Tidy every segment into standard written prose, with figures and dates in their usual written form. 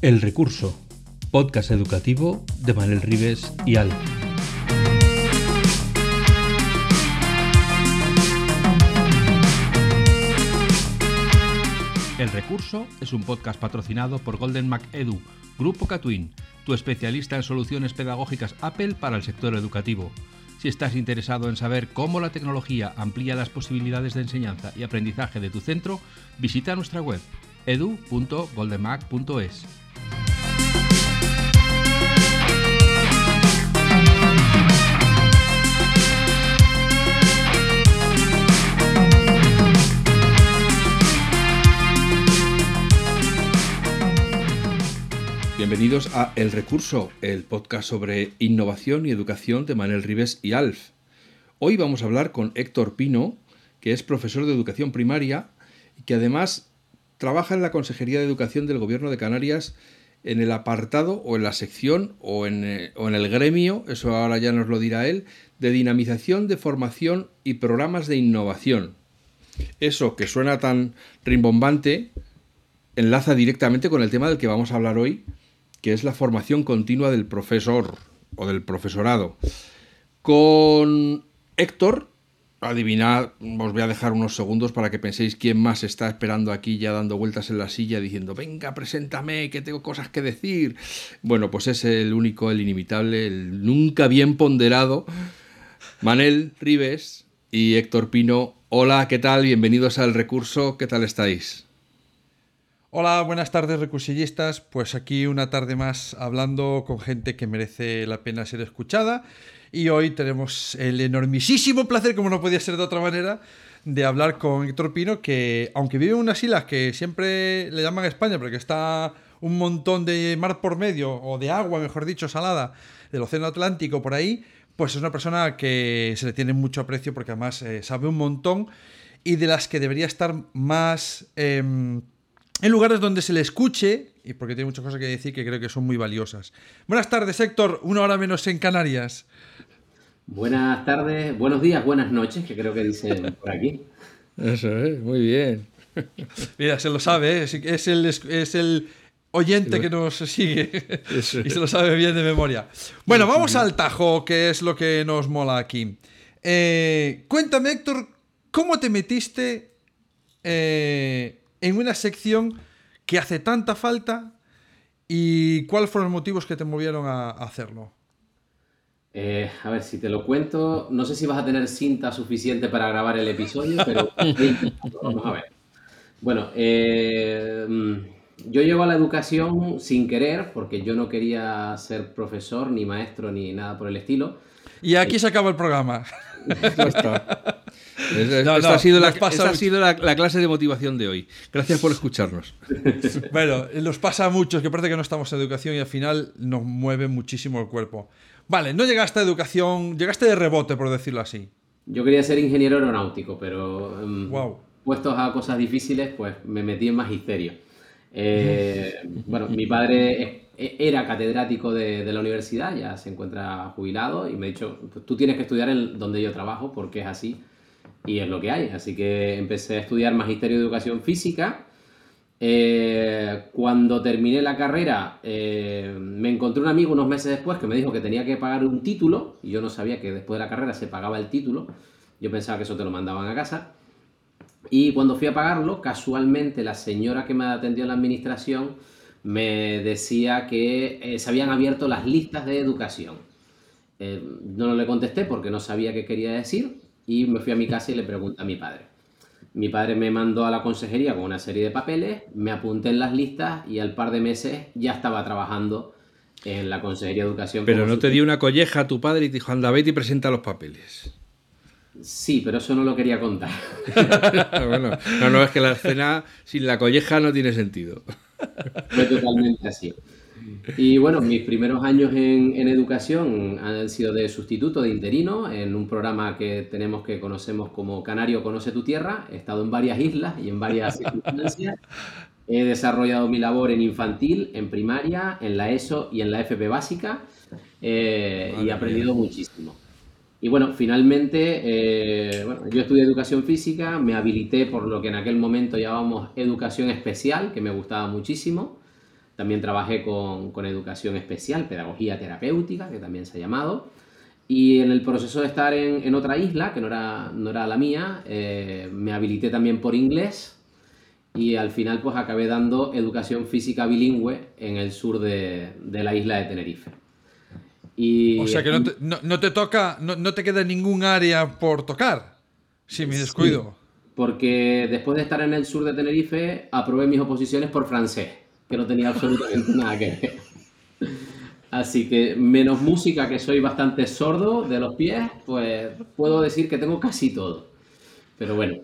El Recurso, podcast educativo de Manel Ribes y Al. El Recurso es un podcast patrocinado por Golden Mac Edu, Grupo Catwin, tu especialista en soluciones pedagógicas Apple para el sector educativo. Si estás interesado en saber cómo la tecnología amplía las posibilidades de enseñanza y aprendizaje de tu centro, visita nuestra web edu.goldenmac.es. Bienvenidos a El Recurso, el podcast sobre innovación y educación de Manel Ribes y Alf. Hoy vamos a hablar con Héctor Pino, que es profesor de educación primaria y que además trabaja en la Consejería de Educación del Gobierno de Canarias en el apartado o en la sección o en el gremio, eso ahora ya nos lo dirá él, de dinamización de formación y programas de innovación. Eso que suena tan rimbombante enlaza directamente con el tema del que vamos a hablar hoy, que es la formación continua del profesor o del profesorado. Con Héctor, adivinad, os voy a dejar unos segundos para que penséis quién más está esperando aquí ya dando vueltas en la silla diciendo venga, preséntame, que tengo cosas que decir. Bueno, pues es el único, el inimitable, el nunca bien ponderado Manel Ribes y Héctor Pino. Hola, ¿qué tal? Bienvenidos al Recurso, ¿qué tal estáis? Hola, buenas tardes recursillistas, pues aquí una tarde más hablando con gente que merece la pena ser escuchada y hoy tenemos el enormisísimo placer, como no podía ser de otra manera, de hablar con Héctor Pino, que aunque vive en unas islas que siempre le llaman España porque está un montón de mar por medio, o de agua mejor dicho, salada, del Océano Atlántico por ahí, pues es una persona que se le tiene mucho aprecio porque además sabe un montón y de las que debería estar más en lugares donde se le escuche, y porque tiene muchas cosas que decir que creo que son muy valiosas. Buenas tardes, Héctor, una hora menos en Canarias. Buenas tardes, buenos días, buenas noches, que creo que dicen por aquí. Eso es, muy bien. Mira, se lo sabe, es el oyente que nos sigue y se lo sabe bien de memoria. Bueno, vamos al tajo, que es lo que nos mola aquí. Cuéntame, Héctor, ¿cómo te metiste en una sección que hace tanta falta y cuáles fueron los motivos que te movieron a hacerlo? A ver, si te lo cuento, no sé si vas a tener cinta suficiente para grabar el episodio, pero vamos a ver. Bueno, yo llego a la educación sin querer, porque yo no quería ser profesor, ni maestro, ni nada por el estilo. Y aquí se acaba el programa. Ya está. Esta ha sido la clase de motivación de hoy. Gracias por escucharnos. Bueno, nos pasa a muchos que parece que no estamos en educación y al final nos mueve muchísimo el cuerpo. Vale, no llegaste a educación, llegaste de rebote, por decirlo así. Yo quería ser ingeniero aeronáutico, pero Wow. puestos a cosas difíciles, pues me metí en magisterio. Bueno, mi padre era catedrático de la universidad, ya se encuentra jubilado y me ha dicho, pues, tú tienes que estudiar en donde yo trabajo porque es así y es lo que hay. Así que empecé a estudiar magisterio de educación física. Cuando terminé la carrera, me encontré un amigo unos meses después que me dijo que tenía que pagar un título y yo no sabía que después de la carrera se pagaba el título. Yo pensaba que eso te lo mandaban a casa. Y cuando fui a pagarlo, casualmente la señora que me atendió en la administración me decía que se habían abierto las listas de educación. No le contesté porque no sabía qué quería decir y me fui a mi casa y le pregunté a mi padre. Mi padre me mandó a la consejería con una serie de papeles, me apunté en las listas y al par de meses ya estaba trabajando en la Consejería de Educación. Pero no te dio una colleja a tu padre y te dijo, anda, vete y presenta los papeles. Sí, pero eso no lo quería contar. Bueno, no, es que la escena sin la colleja no tiene sentido. Fue totalmente así. Y bueno, mis primeros años en educación han sido de sustituto, de interino, en un programa que tenemos que conocemos como Canario Conoce tu Tierra. He estado en varias islas y en varias circunstancias. He desarrollado mi labor en infantil, en primaria, en la ESO y en la FP básica y he aprendido muchísimo. Y bueno, finalmente, yo estudié educación física, me habilité por lo que en aquel momento llamábamos educación especial, que me gustaba muchísimo. También trabajé con educación especial, pedagogía terapéutica, que también se ha llamado. Y en el proceso de estar en otra isla, que no era la mía, me habilité también por inglés y al final pues acabé dando educación física bilingüe en el sur de la isla de Tenerife. O Y sea que no te toca, no te queda ningún área por tocar, si me sí, descuido. porque después de estar en el sur de Tenerife, aprobé mis oposiciones por francés, que no tenía absolutamente nada que ver. Así que, menos música, que soy bastante sordo de los pies, pues puedo decir que tengo casi todo. Pero bueno,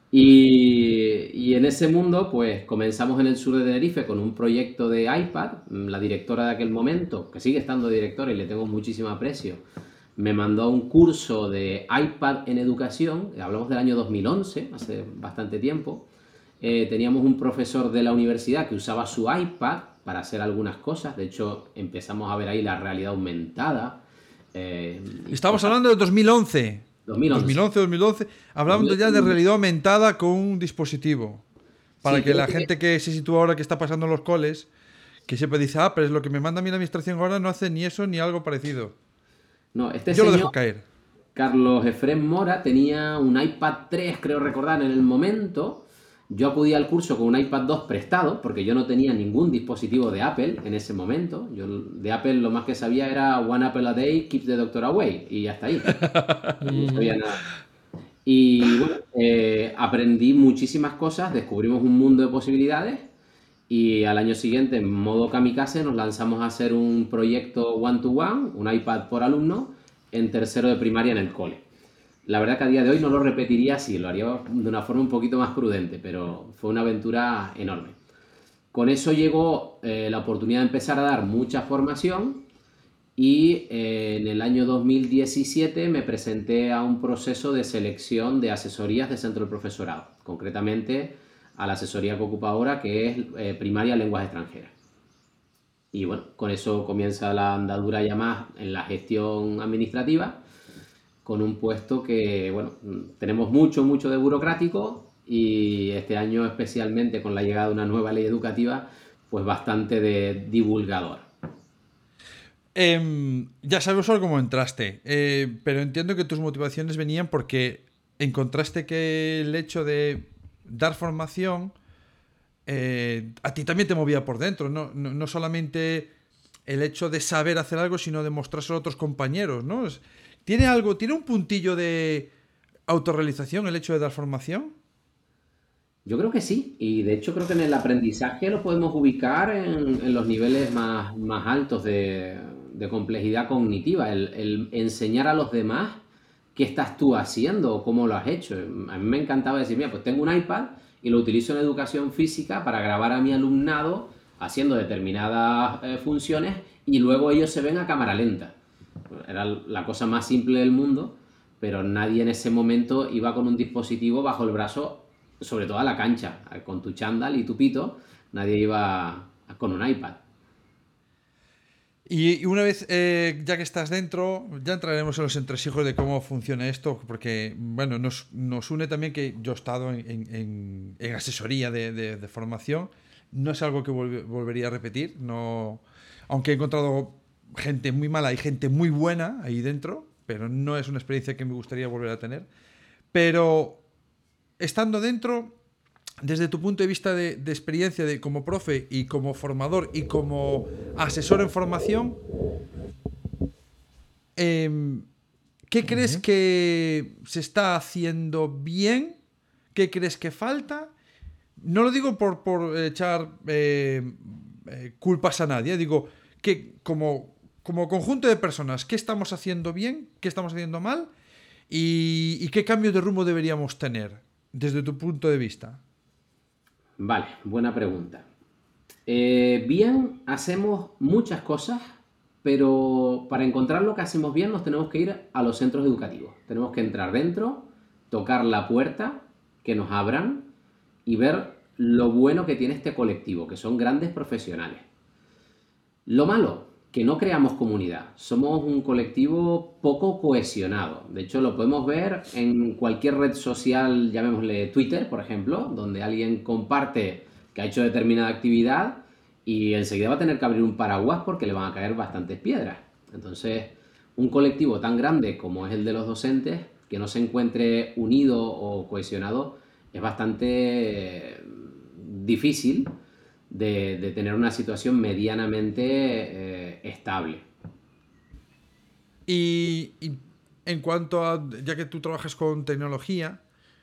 y en ese mundo, pues comenzamos en el sur de Tenerife con un proyecto de iPad. La directora de aquel momento, que sigue estando directora y le tengo muchísimo aprecio, me mandó a un curso de iPad en educación. Hablamos del año 2011, hace bastante tiempo. Teníamos un profesor de la universidad que usaba su iPad para hacer algunas cosas. De hecho, empezamos a ver ahí la realidad aumentada y Estamos cosas. hablando de 2011. 2011. 2011, 2012. Hablando ya de 2011. realidad aumentada con un dispositivo. Para Sí, que creo la que gente que se sitúa ahora que está pasando en los coles, que siempre dice, ah, pero es lo que me manda a mí la administración ahora, no hace ni eso ni algo parecido. no, este Yo lo señor, dejo caer. Carlos Efrén Mora, tenía un iPad 3, creo recordar, en el momento. Yo acudí al curso con un iPad 2 prestado, porque yo no tenía ningún dispositivo de Apple en ese momento. Yo de Apple lo más que sabía era One Apple a Day, Keeps the Doctor Away, y hasta ahí. No sabía nada. Y bueno, aprendí muchísimas cosas, descubrimos un mundo de posibilidades y al año siguiente, en modo kamikaze, nos lanzamos a hacer un proyecto one-to-one, un iPad por alumno, en tercero de primaria en el cole. La verdad que a día de hoy no lo repetiría así, lo haría de una forma un poquito más prudente, pero fue una aventura enorme. Con eso llegó la oportunidad de empezar a dar mucha formación y en el año 2017 me presenté a un proceso de selección de asesorías de centro del profesorado, concretamente a la asesoría que ocupa ahora, que es primaria lenguas extranjeras. Y bueno, con eso comienza la andadura ya más en la gestión administrativa, con un puesto que, bueno, tenemos mucho de burocrático y este año especialmente con la llegada de una nueva ley educativa, pues bastante de divulgador. Ya sabes solo cómo entraste, pero entiendo que tus motivaciones venían porque encontraste que el hecho de dar formación a ti también te movía por dentro, no solamente el hecho de saber hacer algo, sino de mostrárselo a otros compañeros, ¿no? ¿Tiene algo, tiene un puntillo de autorrealización el hecho de dar formación? Yo creo que sí, y de hecho creo que en el aprendizaje lo podemos ubicar en los niveles más altos de complejidad cognitiva, el enseñar a los demás qué estás tú haciendo o cómo lo has hecho. A mí me encantaba decir, mira, pues tengo un iPad y lo utilizo en educación física para grabar a mi alumnado haciendo determinadas funciones y luego ellos se ven a cámara lenta. Era la cosa más simple del mundo, pero nadie en ese momento iba con un dispositivo bajo el brazo, sobre todo a la cancha, con tu chándal y tu pito, nadie iba con un iPad. Y una vez, ya que estás dentro, ya entraremos en los entresijos de cómo funciona esto, porque, bueno, nos une también que yo he estado en asesoría de formación. No es algo que volvería a repetir, no, aunque he encontrado gente muy mala y gente muy buena ahí dentro, pero no es una experiencia que me gustaría volver a tener. Pero estando dentro, desde tu punto de vista de experiencia de como profe y como formador y como asesor en formación, ¿qué crees que se está haciendo bien? ¿Qué crees que falta? No lo digo por echar culpas a nadie, digo que como conjunto de personas, ¿qué estamos haciendo bien? ¿Qué estamos haciendo mal? ¿Y qué cambio de rumbo deberíamos tener desde tu punto de vista? Vale, buena pregunta. Bien, hacemos muchas cosas, pero para encontrar lo que hacemos bien nos tenemos que ir a los centros educativos. Tenemos que entrar dentro, tocar la puerta, que nos abran y ver lo bueno que tiene este colectivo, que son grandes profesionales. Lo malo, que no creamos comunidad. Somos un colectivo poco cohesionado. De hecho, lo podemos ver en cualquier red social, llamémosle Twitter, por ejemplo, donde alguien comparte que ha hecho determinada actividad y enseguida va a tener que abrir un paraguas porque le van a caer bastantes piedras. Entonces, un colectivo tan grande como es el de los docentes, que no se encuentre unido o cohesionado, es bastante difícil de tener una situación medianamente estable. Y en cuanto a, ya que tú trabajas con tecnología,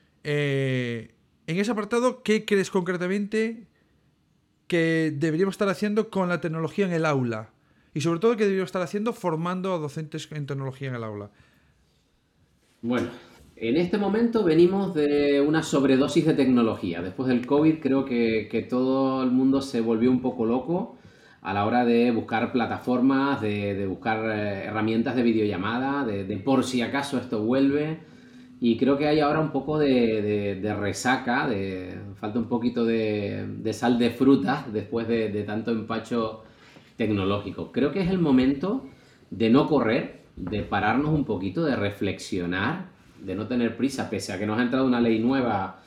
en ese apartado, ¿qué crees concretamente que deberíamos estar haciendo con la tecnología en el aula? Y sobre todo, ¿qué deberíamos estar haciendo formando a docentes en tecnología en el aula? Bueno, en este momento venimos de una sobredosis de tecnología. Después del COVID creo que todo el mundo se volvió un poco loco a la hora de buscar plataformas, de buscar herramientas de videollamada, de por si acaso esto vuelve. Y creo que hay ahora un poco de resaca, falta un poquito de sal de fruta después de tanto empacho tecnológico. Creo que es el momento de no correr, de pararnos un poquito, de reflexionar, de no tener prisa, pese a que nos ha entrado una ley nueva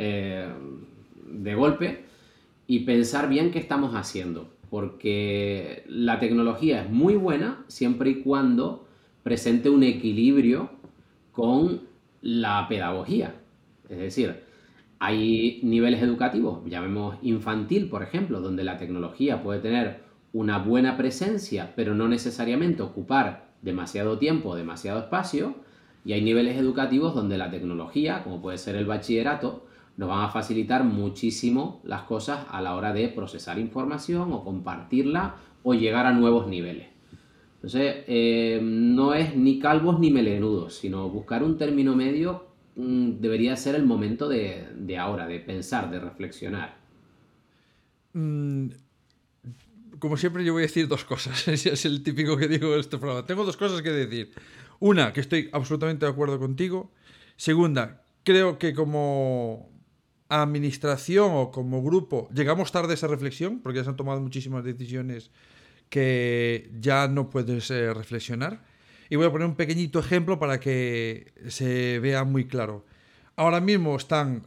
de golpe, y pensar bien qué estamos haciendo. Porque la tecnología es muy buena siempre y cuando presente un equilibrio con la pedagogía. Es decir, hay niveles educativos, llamemos infantil, por ejemplo, donde la tecnología puede tener una buena presencia, pero no necesariamente ocupar demasiado tiempo, demasiado espacio. Y hay niveles educativos donde la tecnología, como puede ser el bachillerato, nos van a facilitar muchísimo las cosas a la hora de procesar información o compartirla o llegar a nuevos niveles. Entonces, no es ni calvos ni melenudos, sino buscar un término medio debería ser el momento de ahora, de pensar, de reflexionar. Mm, Como siempre, yo voy a decir dos cosas. Ese es el típico que digo en este programa. Tengo dos cosas que decir. Una, que estoy absolutamente de acuerdo contigo. Segunda, creo que como administración o como grupo llegamos tarde a esa reflexión, porque ya se han tomado muchísimas decisiones que ya no puedes reflexionar. Y voy a poner un pequeñito ejemplo para que se vea muy claro. Ahora mismo están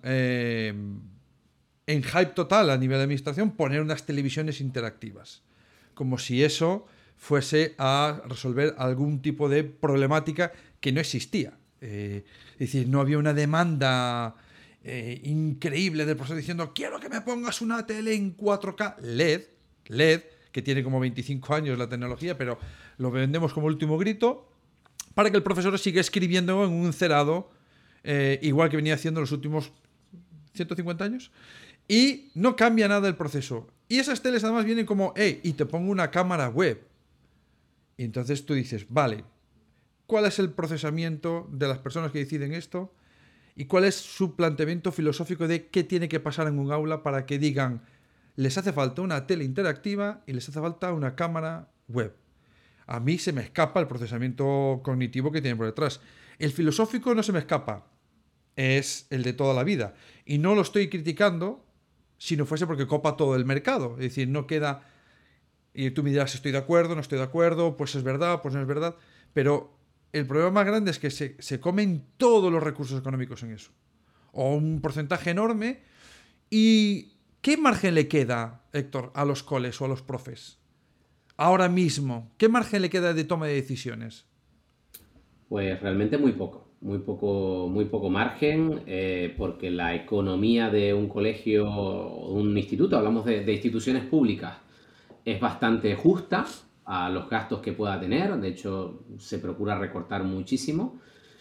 en hype total a nivel de administración poner unas televisiones interactivas, como si eso fuese a resolver algún tipo de problemática que no existía. Es decir, no había una demanda increíble del profesor diciendo quiero que me pongas una tele en 4K LED, que tiene como 25 años la tecnología, pero lo vendemos como último grito, para que el profesor siga escribiendo en un cerado, igual que venía haciendo los últimos 150 años, y no cambia nada el proceso. Y esas teles además vienen como, y te pongo una cámara web. Y entonces tú dices, vale, ¿cuál es el procesamiento de las personas que deciden esto? ¿Y cuál es su planteamiento filosófico de qué tiene que pasar en un aula para que digan, les hace falta una tele interactiva y les hace falta una cámara web? A mí se me escapa el procesamiento cognitivo que tiene por detrás. El filosófico no se me escapa, es el de toda la vida. Y no lo estoy criticando si no fuese porque copa todo el mercado. Es decir, no queda... Y tú me dirás, estoy de acuerdo, no estoy de acuerdo, pues es verdad, pues no es verdad. Pero el problema más grande es que se comen todos los recursos económicos en eso. O un porcentaje enorme. ¿Y qué margen le queda, Héctor, a los coles o a los profes? Ahora mismo, ¿qué margen le queda de toma de decisiones? Pues realmente muy poco margen, porque la economía de un colegio o un instituto, hablamos de instituciones públicas, es bastante justa a los gastos que pueda tener. De hecho, se procura recortar muchísimo.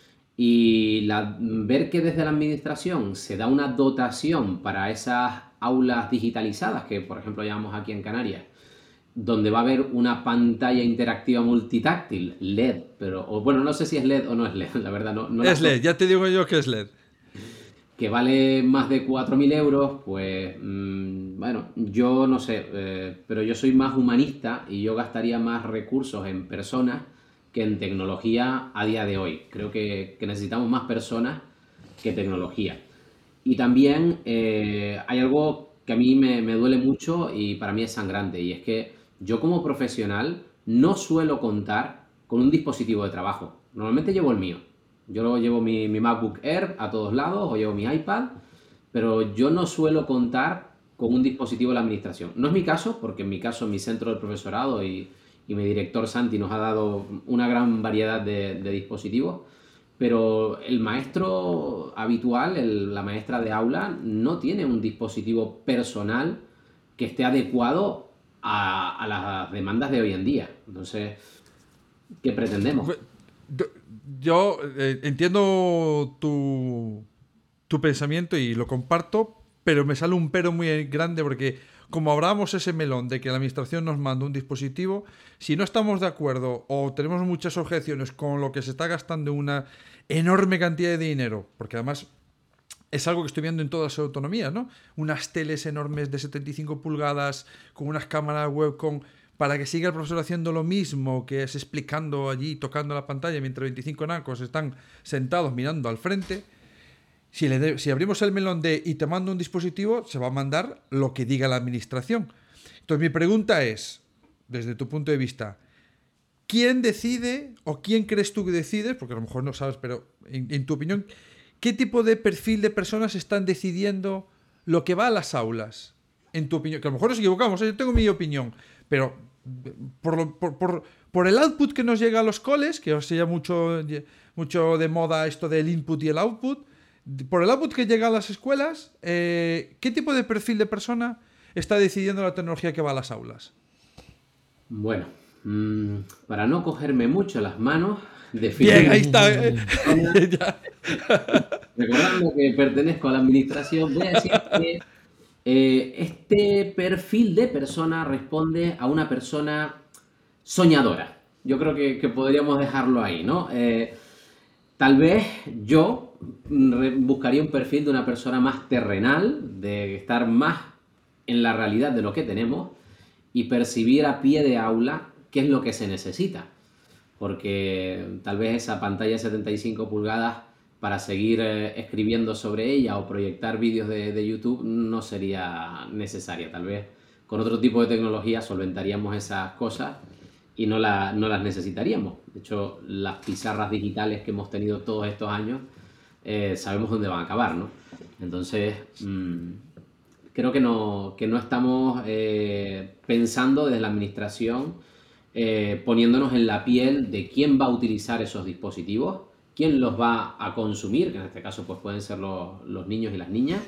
Y ver que desde la administración se da una dotación para esas aulas digitalizadas, que por ejemplo llamamos aquí en Canarias, donde va a haber una pantalla interactiva multitáctil, LED, pero o bueno, no sé si es LED o no es LED, la verdad, no la Es LED, ya te digo yo que es LED. que vale más de 4.000 euros, pues bueno, yo no sé, pero yo soy más humanista y yo gastaría más recursos en personas que en tecnología a día de hoy. Creo que necesitamos más personas que tecnología. Y también hay algo que a mí me duele mucho y para mí es sangrante, y es que yo como profesional no suelo contar con un dispositivo de trabajo. Normalmente llevo el mío. Yo luego llevo mi MacBook Air a todos lados o llevo mi iPad, pero yo no suelo contar con un dispositivo de la administración. No es mi caso, porque en mi caso, mi centro del profesorado y mi director Santi nos ha dado una gran variedad de dispositivos, pero el maestro habitual, la maestra de aula, no tiene un dispositivo personal que esté adecuado a las demandas de hoy en día. Entonces, ¿qué pretendemos? Yo entiendo tu pensamiento y lo comparto, pero me sale un pero muy grande porque como abramos ese melón de que la administración nos manda un dispositivo, si no estamos de acuerdo o tenemos muchas objeciones con lo que se está gastando una enorme cantidad de dinero, porque además es algo que estoy viendo en todas las autonomías, ¿no? Unas teles enormes de 75 pulgadas con unas cámaras webcam para que siga el profesor haciendo lo mismo, que es explicando allí, tocando la pantalla, mientras 25 nacos están sentados mirando al frente. Si abrimos el melón de y te mando un dispositivo, se va a mandar lo que diga la administración. Entonces mi pregunta es, desde tu punto de vista, ¿quién decide o quién crees tú que decides? Porque a lo mejor no sabes, pero en tu opinión, ¿qué tipo de perfil de personas están decidiendo lo que va a las aulas? En tu opinión, que a lo mejor nos equivocamos, yo tengo mi opinión, pero por el output que nos llega a los coles, que os sea mucho de moda esto del input y el output, por el output que llega a las escuelas, ¿qué tipo de perfil de persona está decidiendo la tecnología que va a las aulas? Bueno, para no cogerme mucho las manos, Bien, ahí está. Recordando que pertenezco a la administración, voy a decir que este perfil de persona responde a una persona soñadora. Yo creo que podríamos dejarlo ahí, ¿no? Tal vez yo buscaría un perfil de una persona más terrenal, de estar más en la realidad de lo que tenemos y percibir a pie de aula qué es lo que se necesita. Porque tal vez esa pantalla de 75 pulgadas para seguir escribiendo sobre ella o proyectar vídeos de YouTube no sería necesaria. Tal vez con otro tipo de tecnología solventaríamos esas cosas y no las necesitaríamos. De hecho, las pizarras digitales que hemos tenido todos estos años, sabemos dónde van a acabar, ¿no? Entonces, creo que no estamos pensando desde la administración, poniéndonos en la piel de quién va a utilizar esos dispositivos, quién los va a consumir, que en este caso pues pueden ser los niños y las niñas,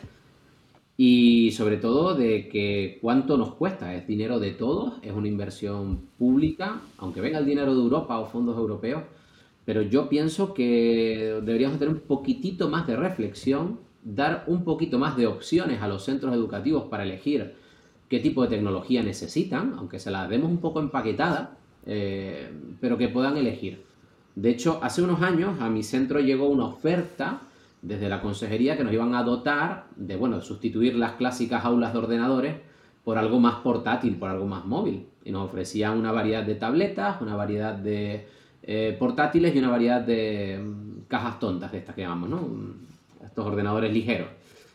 y sobre todo de que cuánto nos cuesta. Es dinero de todos, es una inversión pública, aunque venga el dinero de Europa o fondos europeos, pero yo pienso que deberíamos tener un poquitito más de reflexión, dar un poquito más de opciones a los centros educativos para elegir qué tipo de tecnología necesitan, aunque se la demos un poco empaquetada, pero que puedan elegir. De hecho, hace unos años a mi centro llegó una oferta desde la consejería que nos iban a dotar de, bueno, sustituir las clásicas aulas de ordenadores por algo más portátil, por algo más móvil. Y nos ofrecían una variedad de tabletas, una variedad de portátiles y una variedad de cajas tontas, de estas que llamamos, ¿no? Estos ordenadores ligeros.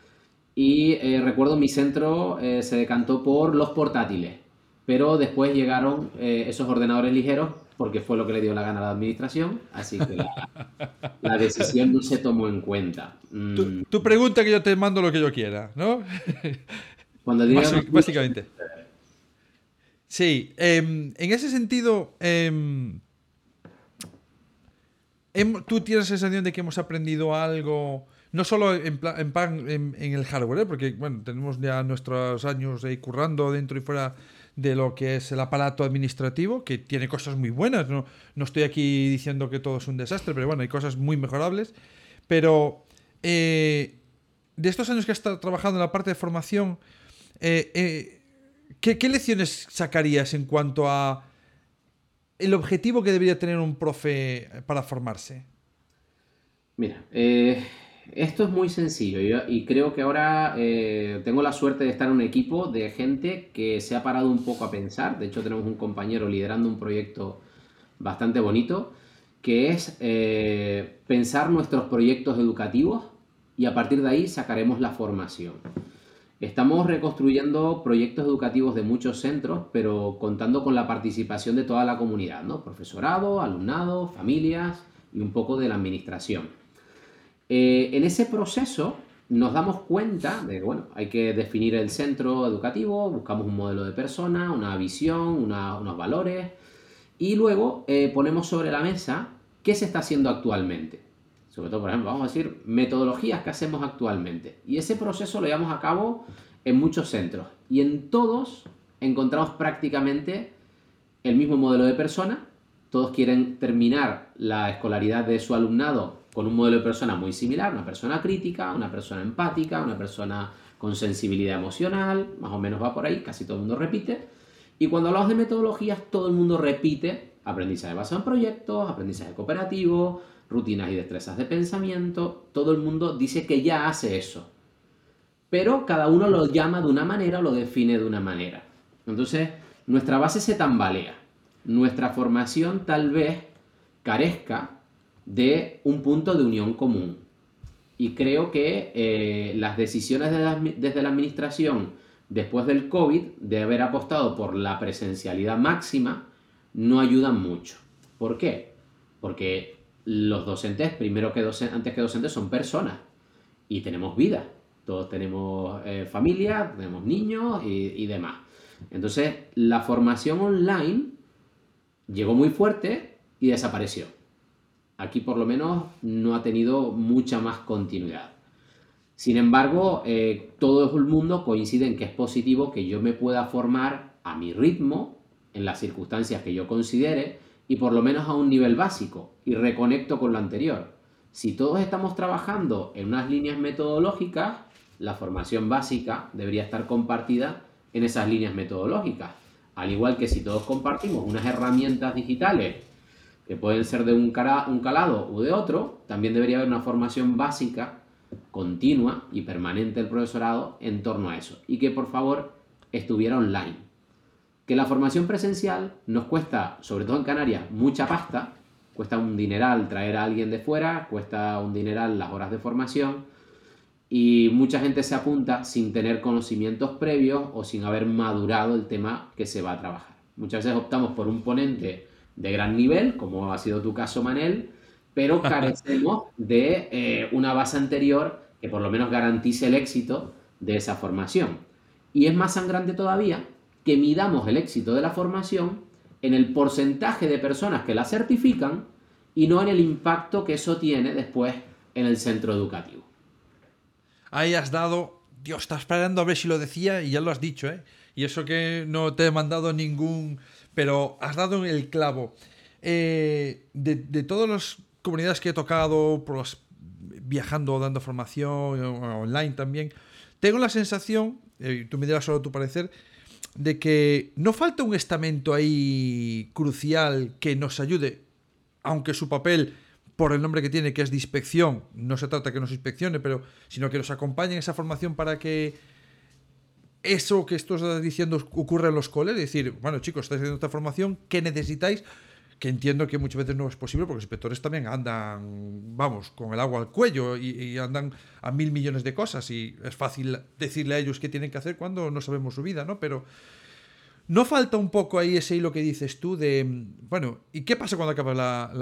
Y recuerdo mi centro se decantó por los portátiles, pero después llegaron esos ordenadores ligeros porque fue lo que le dio la gana a la administración, así que la decisión no se tomó en cuenta. Tu pregunta que yo te mando lo que yo quiera, ¿no? Cuando Básicamente. Sí, en ese sentido, tú tienes la sensación de que hemos aprendido algo, no solo en el hardware, porque bueno, tenemos ya nuestros años ahí currando dentro y fuera de lo que es el aparato administrativo, que tiene cosas muy buenas. No estoy aquí diciendo que todo es un desastre, pero bueno, hay cosas muy mejorables. Pero de estos años que has estado trabajando en la parte de formación, ¿qué lecciones sacarías en cuanto a el objetivo que debería tener un profe para formarse? Mira, esto es muy sencillo y creo que ahora tengo la suerte de estar en un equipo de gente que se ha parado un poco a pensar. De hecho, tenemos un compañero liderando un proyecto bastante bonito, que es pensar nuestros proyectos educativos y a partir de ahí sacaremos la formación. Estamos reconstruyendo proyectos educativos de muchos centros, pero contando con la participación de toda la comunidad, ¿no? Profesorado, alumnado, familias y un poco de la administración. En ese proceso nos damos cuenta de que, bueno, hay que definir el centro educativo, buscamos un modelo de persona, una visión, unos valores, y luego ponemos sobre la mesa qué se está haciendo actualmente. Sobre todo, por ejemplo, vamos a decir metodologías que hacemos actualmente. Y ese proceso lo llevamos a cabo en muchos centros. Y en todos encontramos prácticamente el mismo modelo de persona. Todos quieren terminar la escolaridad de su alumnado con un modelo de persona muy similar, una persona crítica, una persona empática, una persona con sensibilidad emocional, más o menos va por ahí, casi todo el mundo repite. Y cuando hablamos de metodologías, todo el mundo repite aprendizaje basado en proyectos, aprendizaje cooperativo, rutinas y destrezas de pensamiento. Todo el mundo dice que ya hace eso, pero cada uno lo llama de una manera o lo define de una manera. Entonces, nuestra base se tambalea. Nuestra formación tal vez carezca de un punto de unión común. Y creo que las decisiones desde la administración después del COVID, de haber apostado por la presencialidad máxima, no ayudan mucho. ¿Por qué? Porque los docentes, antes que docentes, son personas y tenemos vida. Todos tenemos familia, tenemos niños y demás. Entonces, la formación online llegó muy fuerte y desapareció. Aquí, por lo menos, no ha tenido mucha más continuidad. Sin embargo, todo el mundo coincide en que es positivo que yo me pueda formar a mi ritmo, en las circunstancias que yo considere, y por lo menos a un nivel básico, y reconecto con lo anterior. Si todos estamos trabajando en unas líneas metodológicas, la formación básica debería estar compartida en esas líneas metodológicas. Al igual que si todos compartimos unas herramientas digitales que pueden ser de un calado u de otro, también debería haber una formación básica, continua y permanente del profesorado en torno a eso. Y que por favor estuviera online. Que la formación presencial nos cuesta, sobre todo en Canarias, mucha pasta. Cuesta un dineral traer a alguien de fuera, cuesta un dineral las horas de formación. Y mucha gente se apunta sin tener conocimientos previos o sin haber madurado el tema que se va a trabajar. Muchas veces optamos por un ponente de gran nivel, como ha sido tu caso, Manel, pero carecemos de una base anterior que por lo menos garantice el éxito de esa formación. Y es más sangrante todavía que midamos el éxito de la formación en el porcentaje de personas que la certifican y no en el impacto que eso tiene después en el centro educativo. Ahí has dado... Dios, estaba esperando a ver si lo decía y ya lo has dicho, ¿eh? Y eso que no te he mandado ningún... Pero has dado el clavo. De todas las comunidades que he tocado, viajando, dando formación, online también, tengo la sensación, tú me dirás solo tu parecer, de que no falta un estamento ahí crucial que nos ayude, aunque su papel, por el nombre que tiene, que es de inspección, no se trata que nos inspeccione, sino que nos acompañe en esa formación para que eso que estás diciendo ocurra en los coles. Es decir, bueno, chicos, estáis haciendo esta formación, ¿qué necesitáis? Que entiendo que muchas veces no es posible porque los inspectores también andan, vamos, con el agua al cuello y andan a 1.000 millones de cosas y es fácil decirle a ellos qué tienen que hacer cuando no sabemos su vida, ¿no? Pero no falta un poco ahí ese hilo que dices tú de, bueno, ¿y qué pasa cuando acaba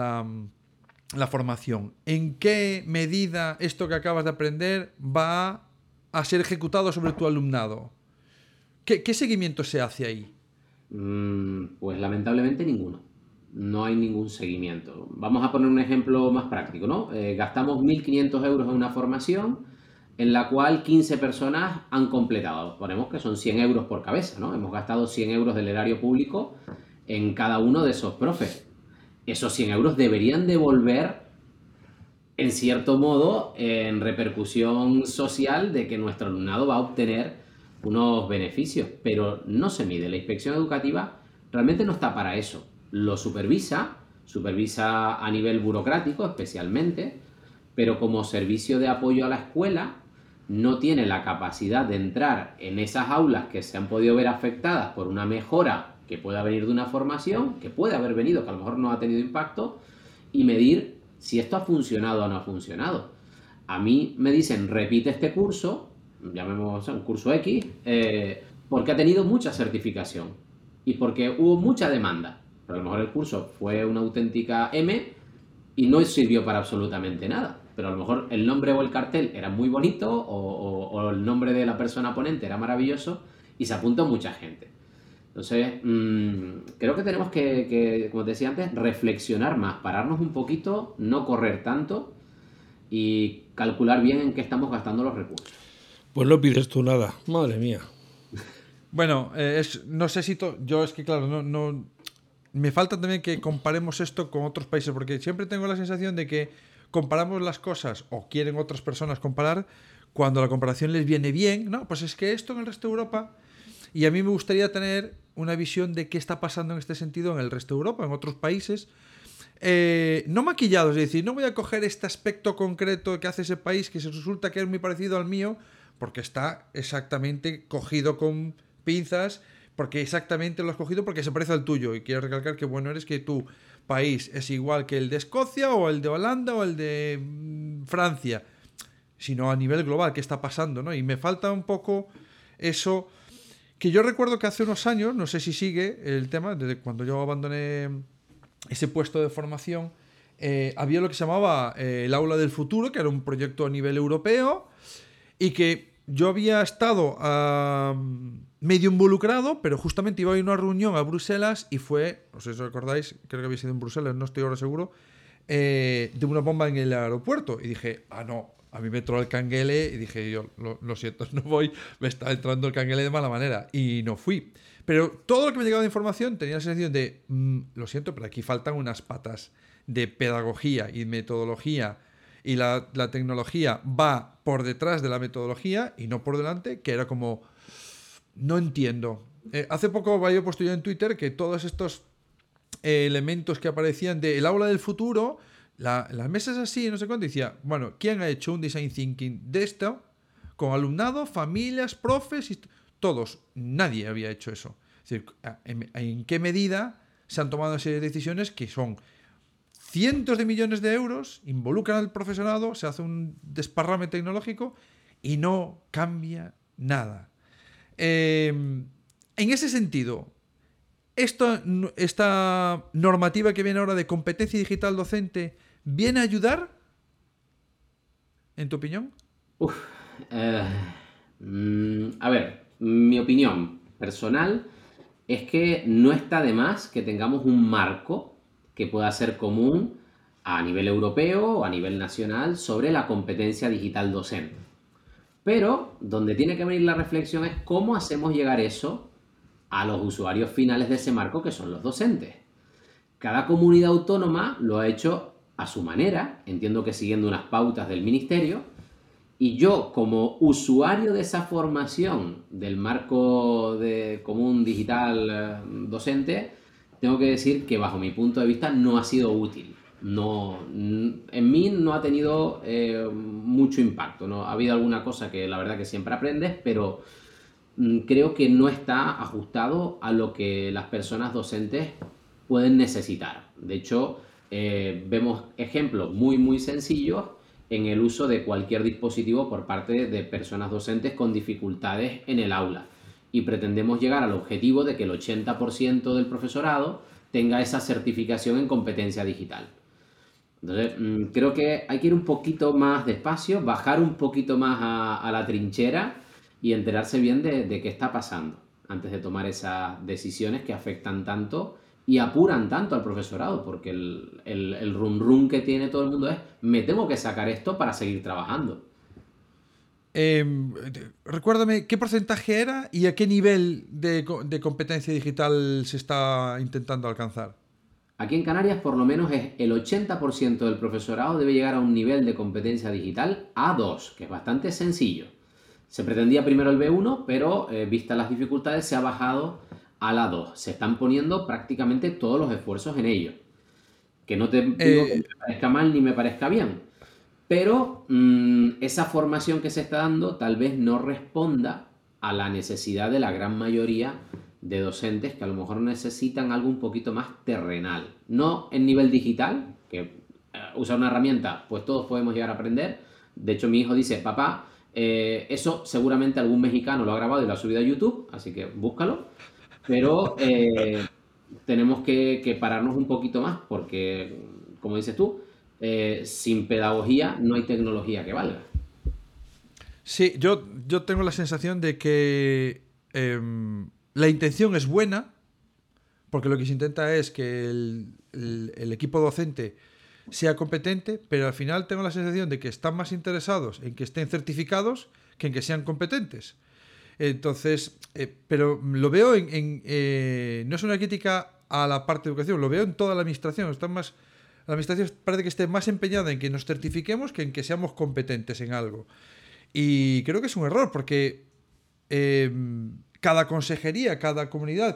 la formación? ¿En qué medida esto que acabas de aprender va a ser ejecutado sobre tu alumnado? ¿Qué seguimiento se hace ahí? Pues lamentablemente ninguno. No hay ningún seguimiento. Vamos a poner un ejemplo más práctico, ¿no? Gastamos 1.500 euros en una formación en la cual 15 personas han completado. Ponemos que son 100 euros por cabeza, ¿no? Hemos gastado 100 euros del erario público en cada uno de esos profes. Esos 100 euros deberían devolver, en cierto modo, en repercusión social de que nuestro alumnado va a obtener unos beneficios, pero no se mide. La inspección educativa realmente no está para eso. Lo supervisa a nivel burocrático especialmente, pero como servicio de apoyo a la escuela no tiene la capacidad de entrar en esas aulas que se han podido ver afectadas por una mejora que pueda venir de una formación, que puede haber venido, que a lo mejor no ha tenido impacto, y medir si esto ha funcionado o no ha funcionado. A mí me dicen, repite este curso, llamemos un curso X, porque ha tenido mucha certificación y porque hubo mucha demanda. Pero a lo mejor el curso fue una auténtica M y no sirvió para absolutamente nada. pero a lo mejor el nombre o el cartel era muy bonito o el nombre de la persona ponente era maravilloso y se apuntó mucha gente. Entonces, creo que tenemos que, como te decía antes, reflexionar más, pararnos un poquito, no correr tanto y calcular bien en qué estamos gastando los recursos. Pues no pides tú nada, madre mía. Bueno, no sé si yo es que claro, no me falta también que comparemos esto con otros países, porque siempre tengo la sensación de que comparamos las cosas, o quieren otras personas comparar, cuando la comparación les viene bien, no, pues es que esto en el resto de Europa, y a mí me gustaría tener una visión de qué está pasando en este sentido en el resto de Europa, en otros países, no maquillados, es decir, no voy a coger este aspecto concreto que hace ese país que se resulta que es muy parecido al mío, porque está exactamente cogido con pinzas, porque exactamente lo has cogido porque se parece al tuyo. Y quiero recalcar que bueno eres que tu país es igual que el de Escocia o el de Holanda o el de Francia, sino a nivel global, qué está pasando, ¿no? Y me falta un poco eso, que yo recuerdo que hace unos años, no sé si sigue el tema, desde cuando yo abandoné ese puesto de formación, había lo que se llamaba el Aula del Futuro, que era un proyecto a nivel europeo y que yo había estado medio involucrado, pero justamente iba a ir a una reunión a Bruselas y fue, no sé si os acordáis, creo que había sido en Bruselas, no estoy ahora seguro, de una bomba en el aeropuerto. Y dije, no, a mí me entró el canguele y dije, yo lo siento, no voy, me está entrando el canguele de mala manera. Y no fui. Pero todo lo que me llegaba de información tenía la sensación de, lo siento, pero aquí faltan unas patas de pedagogía y metodología, y la tecnología va por detrás de la metodología y no por delante, que era como, no entiendo. Hace poco había puesto yo en Twitter que todos estos elementos que aparecían del aula del futuro, las mesas así, no sé cuánto, decía, bueno, ¿quién ha hecho un design thinking de esto? Con alumnado, familias, profes, todos. Nadie había hecho eso. Es decir, ¿en qué medida se han tomado esas decisiones que son cientos de millones de euros, involucran al profesorado, se hace un desparrame tecnológico y no cambia nada? En ese sentido, esta normativa que viene ahora de competencia digital docente, ¿viene a ayudar? ¿En tu opinión? A ver, mi opinión personal es que no está de más que tengamos un marco que pueda ser común a nivel europeo o a nivel nacional sobre la competencia digital docente. Pero donde tiene que venir la reflexión es cómo hacemos llegar eso a los usuarios finales de ese marco, que son los docentes. Cada comunidad autónoma lo ha hecho a su manera, entiendo que siguiendo unas pautas del ministerio, y yo como usuario de esa formación del marco común digital docente, tengo que decir que bajo mi punto de vista no ha sido útil. No, en mí no ha tenido mucho impacto. ¿No? Ha habido alguna cosa que la verdad que siempre aprendes, pero creo que no está ajustado a lo que las personas docentes pueden necesitar. De hecho, vemos ejemplos muy, muy sencillos en el uso de cualquier dispositivo por parte de personas docentes con dificultades en el aula. Y pretendemos llegar al objetivo de que el 80% del profesorado tenga esa certificación en competencia digital. Entonces, creo que hay que ir un poquito más despacio, bajar un poquito más a la trinchera y enterarse bien de qué está pasando antes de tomar esas decisiones que afectan tanto y apuran tanto al profesorado, porque el rum rum que tiene todo el mundo es, me tengo que sacar esto para seguir trabajando. Recuérdame, ¿qué porcentaje era y a qué nivel de competencia digital se está intentando alcanzar? Aquí en Canarias, por lo menos, es el 80% del profesorado debe llegar a un nivel de competencia digital A2, que es bastante sencillo. Se pretendía primero el B1, pero vistas las dificultades se ha bajado a la 2. Se están poniendo prácticamente todos los esfuerzos en ello. Que no te digo que me parezca mal ni me parezca bien, pero esa formación que se está dando tal vez no responda a la necesidad de la gran mayoría de docentes que a lo mejor necesitan algo un poquito más terrenal. No en nivel digital, que usar una herramienta, pues todos podemos llegar a aprender. De hecho, mi hijo dice, papá, eso seguramente algún mexicano lo ha grabado y lo ha subido a YouTube, así que búscalo. Pero tenemos que pararnos un poquito más porque, como dices tú, sin pedagogía no hay tecnología que valga. Sí, yo tengo la sensación de que la intención es buena, porque lo que se intenta es que el equipo docente sea competente, pero al final tengo la sensación de que están más interesados en que estén certificados que en que sean competentes. Entonces, pero lo veo no es una crítica a la parte de educación, lo veo en toda la administración. La administración parece que esté más empeñada en que nos certifiquemos que en que seamos competentes en algo. Y creo que es un error, porque cada consejería, cada comunidad,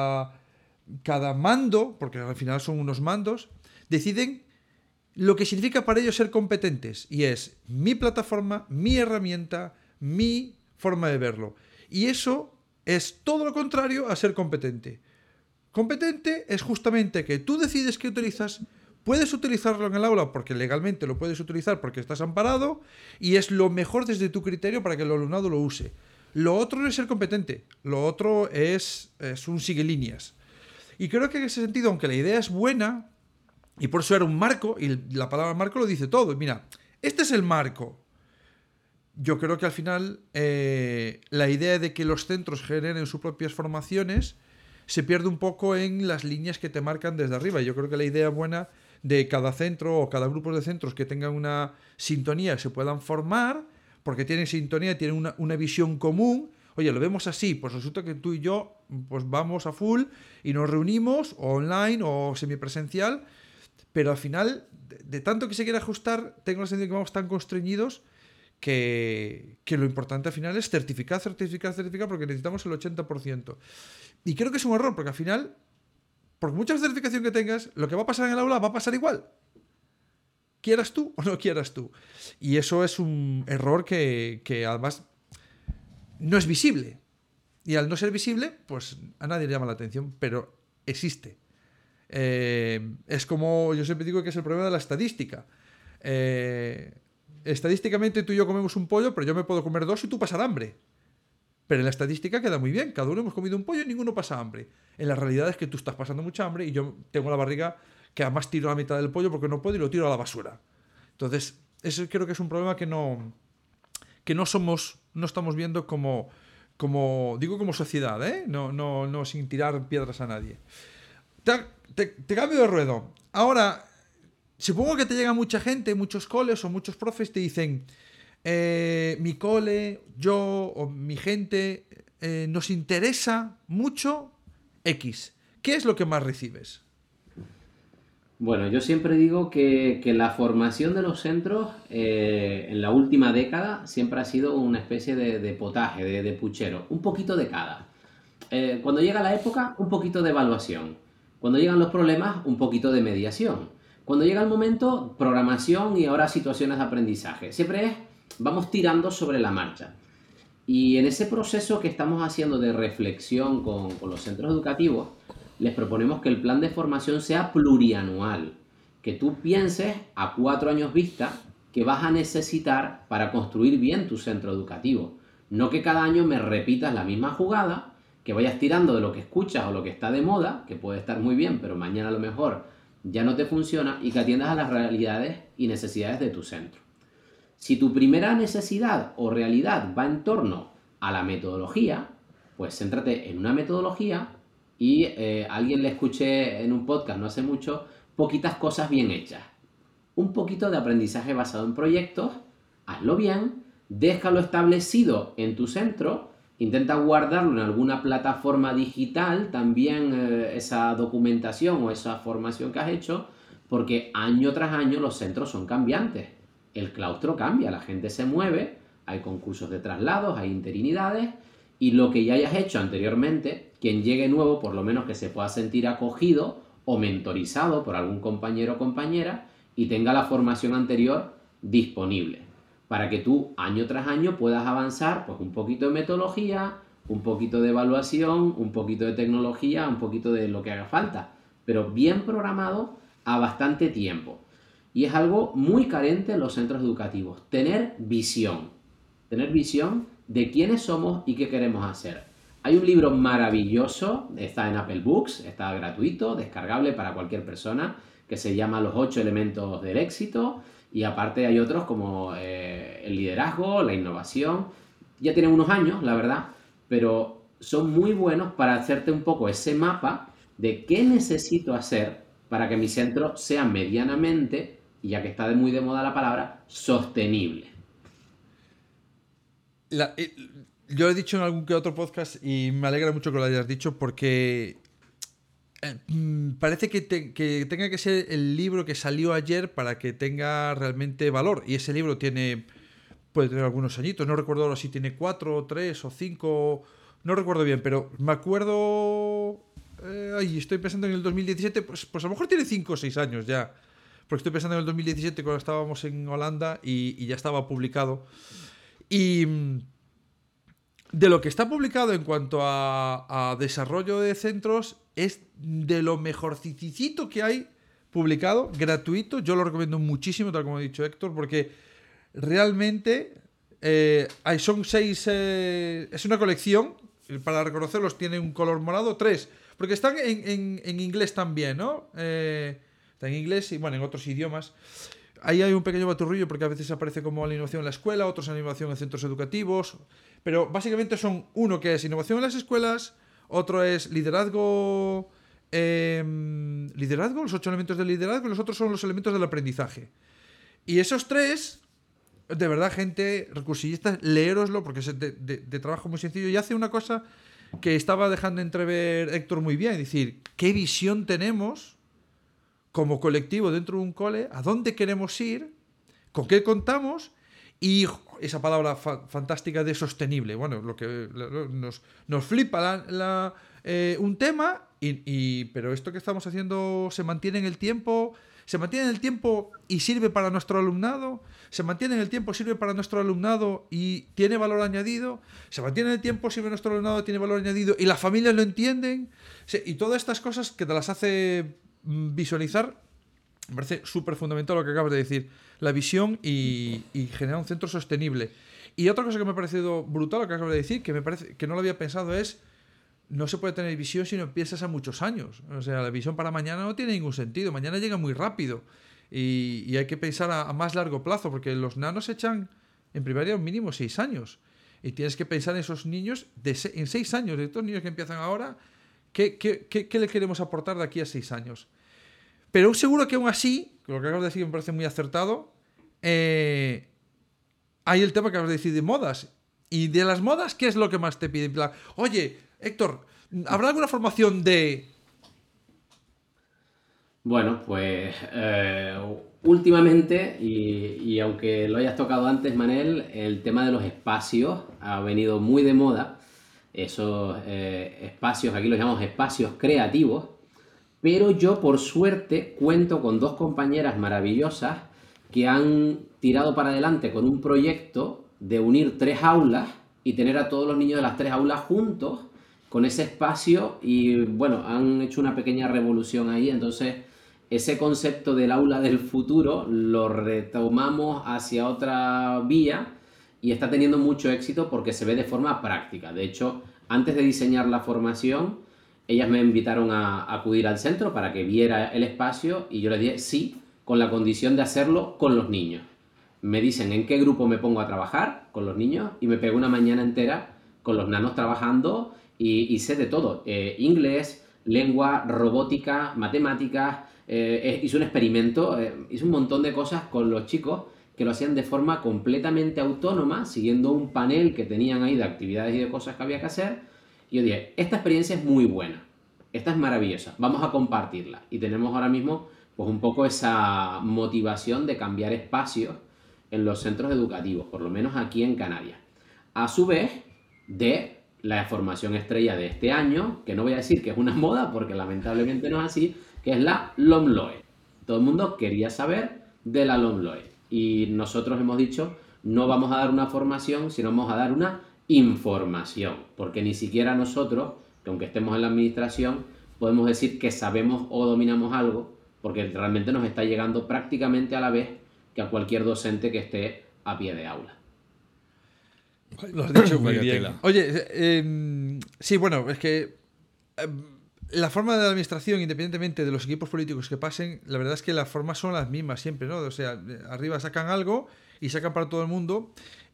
cada mando, porque al final son unos mandos, deciden lo que significa para ellos ser competentes. Y es mi plataforma, mi herramienta, mi forma de verlo. Y eso es todo lo contrario a ser competente. Competente es justamente que tú decides qué utilizas, puedes utilizarlo en el aula porque legalmente lo puedes utilizar porque estás amparado y es lo mejor desde tu criterio para que el alumnado lo use. Lo otro no es ser competente, lo otro es un sigue líneas. Y creo que en ese sentido, aunque la idea es buena, y por eso era un marco, y la palabra marco lo dice todo, mira, este es el marco. Yo creo que al final la idea de que los centros generen sus propias formaciones se pierde un poco en las líneas que te marcan desde arriba. Yo creo que la idea buena de cada centro o cada grupo de centros que tengan una sintonía se puedan formar, porque tienen sintonía, tienen una visión común. Oye, lo vemos así, pues resulta que tú y yo pues vamos a full y nos reunimos o online o semipresencial, pero al final, de tanto que se quiere ajustar, tengo la sensación que vamos tan constreñidos que lo importante al final es certificar, porque necesitamos el 80%. Y creo que es un error, porque al final, por mucha certificación que tengas, lo que va a pasar en el aula va a pasar igual. Quieras tú o no quieras tú. Y eso es un error que además no es visible. Y al no ser visible, pues a nadie le llama la atención, pero existe. Es como yo siempre digo que es el problema de la estadística. Estadísticamente tú y yo comemos un pollo, pero yo me puedo comer 2 y tú pasar hambre. Pero en la estadística queda muy bien. Cada uno hemos comido un pollo y ninguno pasa hambre. En la realidad es que tú estás pasando mucha hambre y yo tengo la barriga que además tiro la mitad del pollo porque no puedo y lo tiro a la basura. Entonces, eso creo que es un problema que no estamos viendo como sociedad, ¿eh? No sin tirar piedras a nadie. Te cambio de ruedo. Ahora, supongo que te llega mucha gente, muchos coles o muchos profes te dicen, mi cole, yo o mi gente, nos interesa mucho X. ¿Qué es lo que más recibes? Bueno, yo siempre digo que la formación de los centros en la última década siempre ha sido una especie de potaje, de puchero, un poquito de cada. Cuando llega la época, un poquito de evaluación. Cuando llegan los problemas, un poquito de mediación. Cuando llega el momento, programación y ahora situaciones de aprendizaje. Siempre vamos tirando sobre la marcha. Y en ese proceso que estamos haciendo de reflexión con los centros educativos, les proponemos que el plan de formación sea plurianual, que tú pienses a 4 años vista que vas a necesitar para construir bien tu centro educativo. No que cada año me repitas la misma jugada, que vayas tirando de lo que escuchas o lo que está de moda, que puede estar muy bien, pero mañana a lo mejor ya no te funciona, y que atiendas a las realidades y necesidades de tu centro. Si tu primera necesidad o realidad va en torno a la metodología, pues céntrate en una metodología y alguien le escuché en un podcast no hace mucho, poquitas cosas bien hechas. Un poquito de aprendizaje basado en proyectos, hazlo bien, déjalo establecido en tu centro, intenta guardarlo en alguna plataforma digital, también esa documentación o esa formación que has hecho, porque año tras año los centros son cambiantes. El claustro cambia, la gente se mueve, hay concursos de traslados, hay interinidades, y lo que ya hayas hecho anteriormente, quien llegue nuevo, por lo menos que se pueda sentir acogido o mentorizado por algún compañero o compañera y tenga la formación anterior disponible, para que tú año tras año puedas avanzar pues un poquito de metodología, un poquito de evaluación, un poquito de tecnología, un poquito de lo que haga falta, pero bien programado a bastante tiempo. Y es algo muy carente en los centros educativos, tener visión de quiénes somos y qué queremos hacer. Hay un libro maravilloso, está en Apple Books, está gratuito, descargable para cualquier persona, que se llama Los 8 elementos del éxito, y aparte hay otros como el liderazgo, la innovación. Ya tienen unos años, la verdad, pero son muy buenos para hacerte un poco ese mapa de qué necesito hacer para que mi centro sea medianamente, y ya que está muy de moda la palabra, sostenible. Yo lo he dicho en algún que otro podcast y me alegra mucho que lo hayas dicho porque parece que tenga que ser el libro que salió ayer para que tenga realmente valor. Y ese libro puede tener algunos añitos. No recuerdo ahora si tiene 4, 3 o 5. No recuerdo bien, pero me acuerdo... estoy pensando en el 2017. Pues a lo mejor tiene 5 o 6 años ya. Porque estoy pensando en el 2017 cuando estábamos en Holanda y ya estaba publicado. Y de lo que está publicado en cuanto a desarrollo de centros es de lo mejorcito que hay publicado, gratuito. Yo lo recomiendo muchísimo, tal como ha dicho Héctor, porque realmente son 6... es una colección, para reconocerlos tiene un color morado, 3, porque están en inglés también, ¿no? Está en inglés y bueno, en otros idiomas. Ahí hay un pequeño baturrillo porque a veces aparece como la innovación en la escuela, otros en innovación en centros educativos, pero básicamente son uno que es innovación en las escuelas, otro es liderazgo, los 8 elementos del liderazgo, y los otros son los elementos del aprendizaje. Y esos 3, de verdad, gente recursillista, leéroslo porque es de trabajo muy sencillo y hace una cosa que estaba dejando entrever Héctor muy bien, es decir, qué visión tenemos como colectivo dentro de un cole, a dónde queremos ir, con qué contamos y esa palabra fantástica de sostenible. Bueno, lo que nos flipa un tema, pero esto que estamos haciendo se mantiene en el tiempo y sirve para nuestro alumnado, se mantiene en el tiempo, sirve para nuestro alumnado y tiene valor añadido, se mantiene en el tiempo, sirve nuestro alumnado, tiene valor añadido y las familias lo entienden, y todas estas cosas que te las hace visualizar, me parece súper fundamental lo que acabas de decir, la visión y generar un centro sostenible. Y otra cosa que me ha parecido brutal lo que acabas de decir, que me parece que no lo había pensado, es no se puede tener visión si no empiezas a muchos años. O sea, la visión para mañana no tiene ningún sentido, mañana llega muy rápido y hay que pensar a más largo plazo, porque los nanos echan en primaria un mínimo 6 años y tienes que pensar en esos niños en 6 años, de estos niños que empiezan ahora, ¿qué le queremos aportar de aquí a 6 años? Pero seguro que aún así, lo que acabas de decir me parece muy acertado, hay el tema que acabas de decir de modas. Y de las modas, ¿qué es lo que más te piden? Oye, Héctor, ¿habrá alguna formación de...? Bueno, pues últimamente, y aunque lo hayas tocado antes, Manel, el tema de los espacios ha venido muy de moda. Esos espacios, aquí los llamamos espacios creativos. Pero yo, por suerte, cuento con 2 compañeras maravillosas que han tirado para adelante con un proyecto de unir 3 aulas y tener a todos los niños de las 3 aulas juntos con ese espacio y, bueno, han hecho una pequeña revolución ahí. Entonces, ese concepto del aula del futuro lo retomamos hacia otra vía y está teniendo mucho éxito porque se ve de forma práctica. De hecho, antes de diseñar la formación, ellas me invitaron a acudir al centro para que viera el espacio y yo les dije sí, con la condición de hacerlo con los niños. Me dicen en qué grupo me pongo a trabajar con los niños y me pego una mañana entera con los nanos trabajando y sé de todo. Inglés, lengua, robótica, matemáticas. Hice un experimento, hice un montón de cosas con los chicos que lo hacían de forma completamente autónoma, siguiendo un panel que tenían ahí de actividades y de cosas que había que hacer. Y yo dije, esta experiencia es muy buena, esta es maravillosa, vamos a compartirla. Y tenemos ahora mismo pues un poco esa motivación de cambiar espacios en los centros educativos, por lo menos aquí en Canarias. A su vez, de la formación estrella de este año, que no voy a decir que es una moda, porque lamentablemente no es así, que es la LOMLOE. Todo el mundo quería saber de la LOMLOE. Y nosotros hemos dicho, no vamos a dar una formación, sino vamos a dar una información, porque ni siquiera nosotros, que aunque estemos en la administración, podemos decir que sabemos o dominamos algo, porque realmente nos está llegando prácticamente a la vez que a cualquier docente que esté a pie de aula. Lo has dicho muy bien. Oye, sí, bueno, es que la forma de la administración, independientemente de los equipos políticos que pasen, la verdad es que las formas son las mismas siempre, ¿no? O sea, arriba sacan algo y sacan para todo el mundo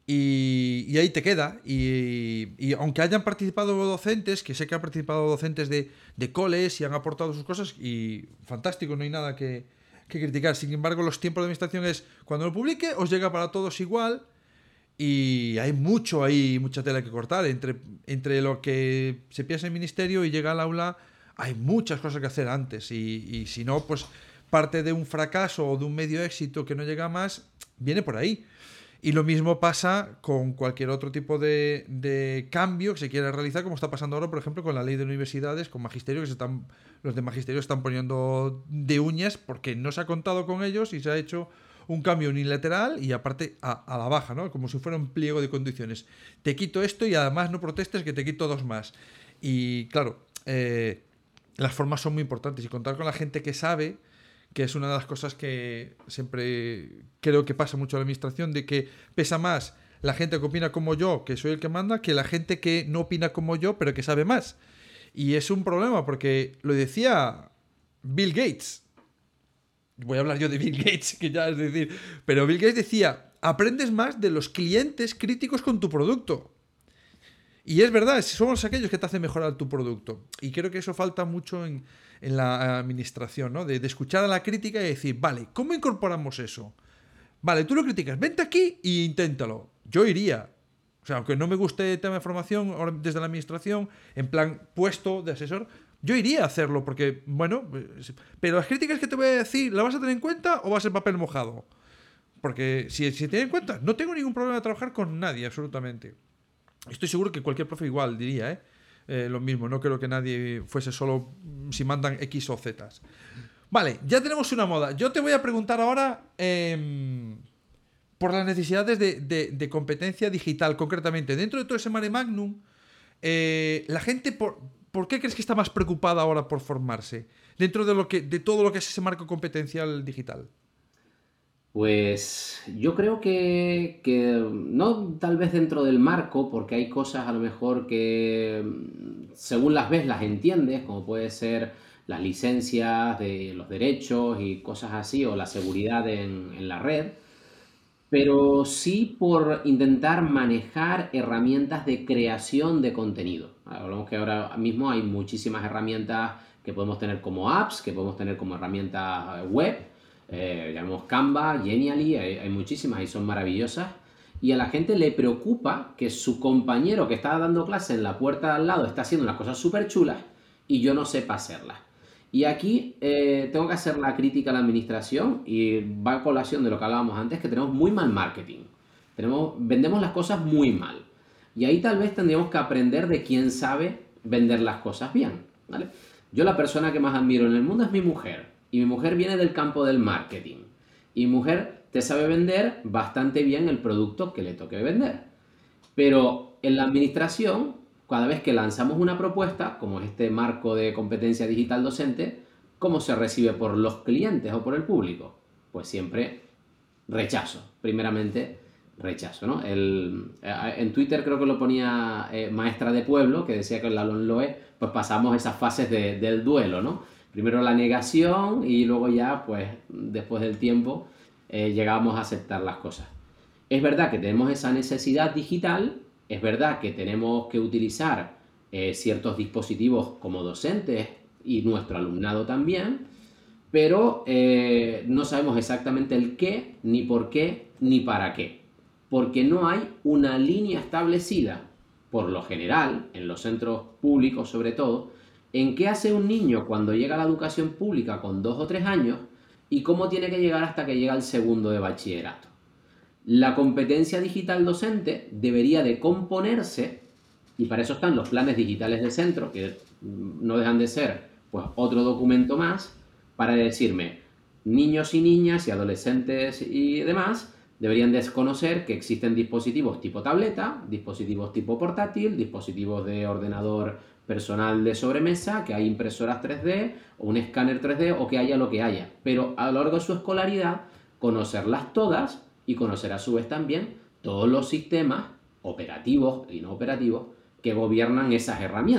y ahí te queda. Y aunque hayan participado docentes, que sé que han participado docentes de coles y han aportado sus cosas, y fantástico, no hay nada que criticar. Sin embargo, los tiempos de administración es, cuando lo publique, os llega para todos igual. Y hay mucha tela que cortar. Entre lo que se piensa en el ministerio y llega al aula, hay muchas cosas que hacer antes. Y si no, pues parte de un fracaso o de un medio éxito que no llega más, viene por ahí. Y lo mismo pasa con cualquier otro tipo de cambio que se quiera realizar, como está pasando ahora, por ejemplo, con la ley de universidades, con magisterio, los de magisterio están poniendo de uñas porque no se ha contado con ellos y se ha hecho un cambio unilateral y aparte a la baja, ¿no? Como si fuera un pliego de condiciones. Te quito esto y además no protestes que te quito dos más. Y claro, las formas son muy importantes y contar con la gente que sabe, que es una de las cosas que siempre creo que pasa mucho en la administración, de que pesa más la gente que opina como yo, que soy el que manda, que la gente que no opina como yo, pero que sabe más. Y es un problema porque lo decía Bill Gates. Voy a hablar yo de Bill Gates, que ya es decir, pero Bill Gates decía, aprendes más de los clientes críticos con tu producto. Y es verdad, somos aquellos que te hacen mejorar tu producto. Y creo que eso falta mucho en la administración, ¿no? De escuchar a la crítica y decir, vale, ¿cómo incorporamos eso? Vale, tú lo criticas, vente aquí e inténtalo. Yo iría. O sea, aunque no me guste el tema de formación ahora desde la administración, en plan puesto de asesor, yo iría a hacerlo porque, bueno, pero las críticas que te voy a decir, ¿las vas a tener en cuenta o va a ser papel mojado? Porque si te en cuenta, no tengo ningún problema de trabajar con nadie, absolutamente. Estoy seguro que cualquier profe igual diría, lo mismo. No creo que nadie fuese solo si mandan X o Z. Vale, ya tenemos una moda. Yo te voy a preguntar ahora por las necesidades de competencia digital, concretamente. Dentro de todo ese mare magnum, la gente, ¿por qué crees que está más preocupada ahora por formarse? Dentro de todo lo que es ese marco competencial digital. Pues yo creo que no tal vez dentro del marco, porque hay cosas a lo mejor que según las ves las entiendes, como puede ser las licencias de los derechos y cosas así, o la seguridad en la red, pero sí por intentar manejar herramientas de creación de contenido. Hablamos que ahora mismo hay muchísimas herramientas que podemos tener como apps, que podemos tener como herramientas web, llamamos Canva, Genially, hay muchísimas y son maravillosas. Y a la gente le preocupa que su compañero que está dando clase en la puerta de al lado está haciendo unas cosas súper chulas y yo no sepa hacerlas. Y aquí tengo que hacer la crítica a la administración y va a colación de lo que hablábamos antes, que tenemos muy mal marketing. Vendemos las cosas muy mal. Y ahí tal vez tendríamos que aprender de quién sabe vender las cosas bien, ¿vale? Yo la persona que más admiro en el mundo es mi mujer. Y mi mujer viene del campo del marketing. Y mi mujer te sabe vender bastante bien el producto que le toque vender. Pero en la administración, cada vez que lanzamos una propuesta, como es este marco de competencia digital docente, ¿cómo se recibe por los clientes o por el público? Pues siempre rechazo. Primeramente, rechazo, ¿no? En Twitter creo que lo ponía Maestra de Pueblo, que decía que en la LONLOE pues pasamos esas fases del duelo, ¿no? Primero la negación y luego ya, pues, después del tiempo, llegábamos a aceptar las cosas. Es verdad que tenemos esa necesidad digital, es verdad que tenemos que utilizar ciertos dispositivos como docentes y nuestro alumnado también, pero no sabemos exactamente el qué, ni por qué, ni para qué. Porque no hay una línea establecida, por lo general, en los centros públicos sobre todo, en qué hace un niño cuando llega a la educación pública con 2 o 3 años y cómo tiene que llegar hasta que llega al segundo de bachillerato. La competencia digital docente debería de componerse, y para eso están los planes digitales de centro, que no dejan de ser pues otro documento más, para decirme, niños y niñas y adolescentes y demás deberían desconocer que existen dispositivos tipo tableta, dispositivos tipo portátil, dispositivos de ordenador personal de sobremesa, que hay impresoras 3D o un escáner 3D o que haya lo que haya. Pero a lo largo de su escolaridad, conocerlas todas y conocer a su vez también todos los sistemas operativos y no operativos que gobiernan esas herramientas.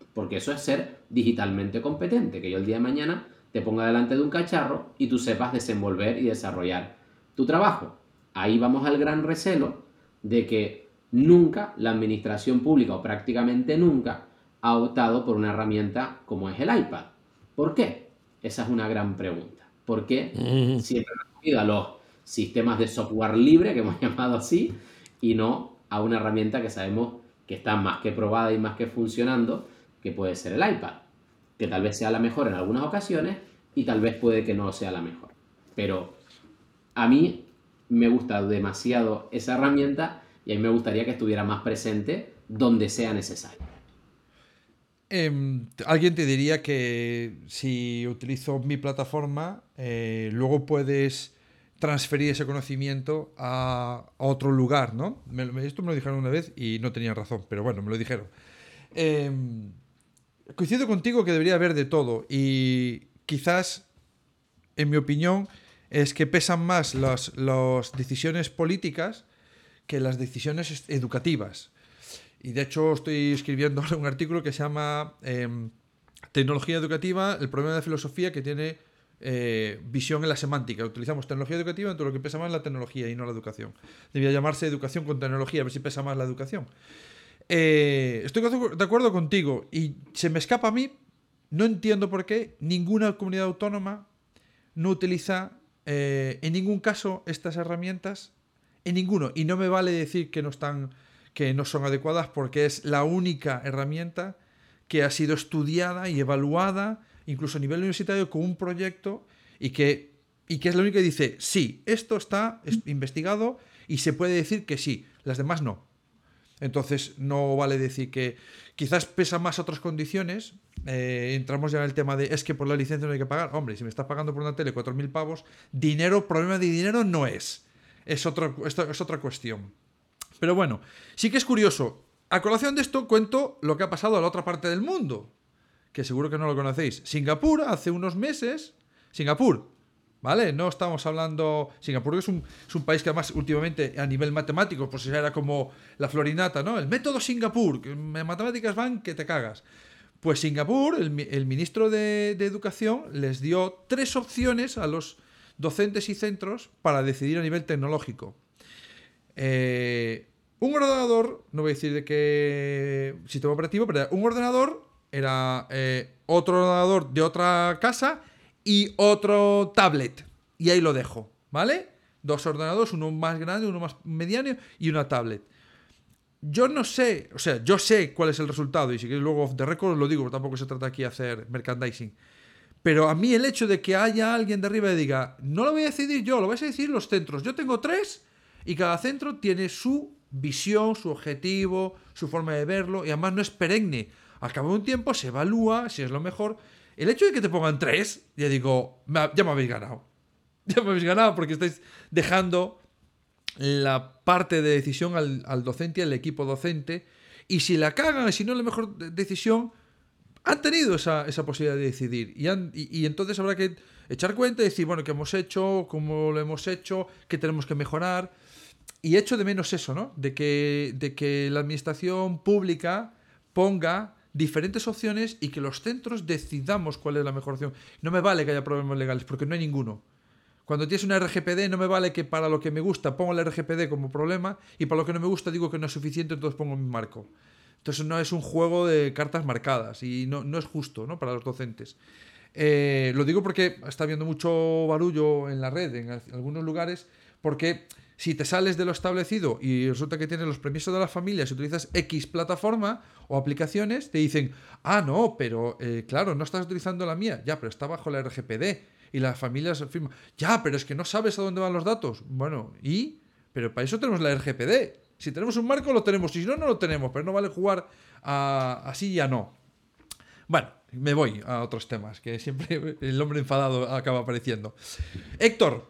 porque eso es ser digitalmente competente, que yo el día de mañana te ponga delante de un cacharro y tú sepas desenvolver y desarrollar tu trabajo. Ahí vamos al gran recelo de que nunca la administración pública, o prácticamente nunca, ha optado por una herramienta como es el iPad. ¿Por qué? Esa es una gran pregunta. ¿Por qué siempre han recurrido a los sistemas de software libre, que hemos llamado así, y no a una herramienta que sabemos que está más que probada y más que funcionando, que puede ser el iPad? Que tal vez sea la mejor en algunas ocasiones y tal vez puede que no sea la mejor. Pero a mí me gusta demasiado esa herramienta y a mí me gustaría que estuviera más presente donde sea necesario. Alguien te diría que si utilizo mi plataforma, luego puedes transferir ese conocimiento a otro lugar, ¿no? Esto me lo dijeron una vez y no tenían razón, pero bueno, me lo dijeron. Coincido contigo que debería haber de todo y quizás, en mi opinión, es que pesan más las decisiones políticas que las decisiones educativas. Y de hecho estoy escribiendo ahora un artículo que se llama Tecnología educativa, el problema de filosofía que tiene visión en la semántica. Utilizamos tecnología educativa en todo lo que pesa más la tecnología y no la educación. Debía llamarse educación con tecnología, a ver si pesa más la educación. Estoy de acuerdo contigo y se me escapa a mí, no entiendo por qué ninguna comunidad autónoma no utiliza en ningún caso estas herramientas, en ninguno, y no me vale decir que no son adecuadas porque es la única herramienta que ha sido estudiada y evaluada incluso a nivel universitario con un proyecto y que es la única que dice sí, esto está investigado y se puede decir que sí, las demás no. Entonces no vale decir que quizás pesan más otras condiciones. Entramos ya en el tema de es que por la licencia no hay que pagar. Hombre, si me estás pagando por una tele 4.000 pavos, problema de dinero no es. Es otra cuestión. Pero bueno, sí que es curioso. A colación de esto cuento lo que ha pasado a la otra parte del mundo, que seguro que no lo conocéis. Singapur, hace unos meses... Singapur, ¿vale? No estamos hablando... Singapur es un país que además últimamente a nivel matemático pues era como la florinata, ¿no? El método Singapur, que en matemáticas van que te cagas. Pues Singapur, el ministro de Educación les dio 3 opciones a los docentes y centros para decidir a nivel tecnológico. Un ordenador, no voy a decir de qué sistema operativo, pero un ordenador era otro ordenador de otra casa y otro tablet. Y ahí lo dejo, ¿vale? 2 ordenadores, uno más grande, uno más mediano y una tablet. Yo no sé, o sea, yo sé cuál es el resultado y si queréis luego off the record os lo digo, porque tampoco se trata aquí de hacer merchandising. Pero a mí el hecho de que haya alguien de arriba y diga, no lo voy a decidir yo, lo vais a decidir los centros. Yo tengo 3 y cada centro tiene su visión, su objetivo, su forma de verlo y además no es perenne. Al cabo de un tiempo se evalúa si es lo mejor. El hecho de que te pongan 3, ya digo, ya me habéis ganado. Ya me habéis ganado porque estáis dejando la parte de decisión al docente y al equipo docente. Y si la cagan, si no es la mejor decisión, han tenido esa posibilidad de decidir. Y entonces habrá que echar cuenta y decir, bueno, ¿qué hemos hecho? ¿Cómo lo hemos hecho? ¿Qué tenemos que mejorar? Y echo de menos eso, ¿no? De que la administración pública ponga diferentes opciones y que los centros decidamos cuál es la mejor opción. No me vale que haya problemas legales, porque no hay ninguno. Cuando tienes una RGPD, no me vale que para lo que me gusta pongo la RGPD como problema y para lo que no me gusta digo que no es suficiente, entonces pongo mi marco. Entonces no es un juego de cartas marcadas y no es justo, ¿no? Para los docentes. Lo digo porque está habiendo mucho barullo en la red, en algunos lugares, porque si te sales de lo establecido y resulta que tienes los permisos de las familias y utilizas X plataforma o aplicaciones, te dicen, no, pero claro, no estás utilizando la mía. Ya, pero está bajo la RGPD y las familias afirman, ya, pero es que no sabes a dónde van los datos. Bueno, pero para eso tenemos la RGPD. Si tenemos un marco lo tenemos, y si no, no lo tenemos, pero no vale jugar así ya no. Bueno, me voy a otros temas, que siempre el hombre enfadado acaba apareciendo. Héctor,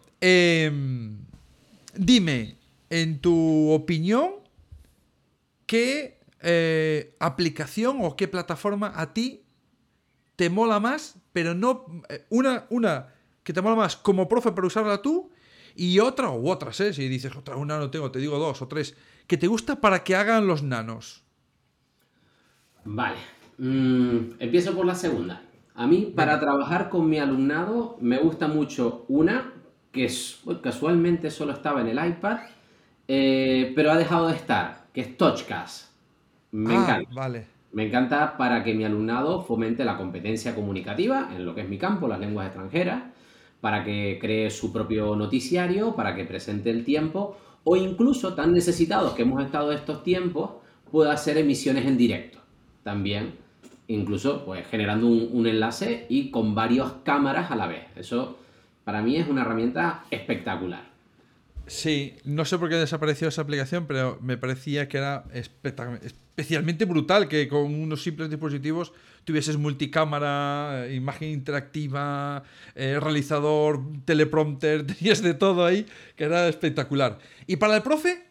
dime, en tu opinión, ¿qué aplicación o qué plataforma a ti te mola más, pero no una que te mola más como profe para usarla tú y otra u otras, si dices una no tengo, te digo 2 o 3 que te gusta para que hagan los nanos? Vale, Empiezo por la segunda. A mí, para Venga. trabajar con mi alumnado, me gusta mucho una que casualmente solo estaba en el iPad, pero ha dejado de estar, que es TouchCast. Me Ah, encanta. vale. Me encanta para que mi alumnado fomente la competencia comunicativa en lo que es mi campo, las lenguas extranjeras, para que cree su propio noticiario, para que presente el tiempo, o incluso tan necesitados que hemos estado estos tiempos, pueda hacer emisiones en directo también, incluso pues generando un enlace y con varias cámaras a la vez. Eso para mí es una herramienta espectacular. Sí, no sé por qué desapareció esa aplicación, pero me parecía que era especialmente brutal que con unos simples dispositivos tuvieses multicámara, imagen interactiva, realizador, teleprompter, tenías de todo ahí, que era espectacular. ¿Y para el profe?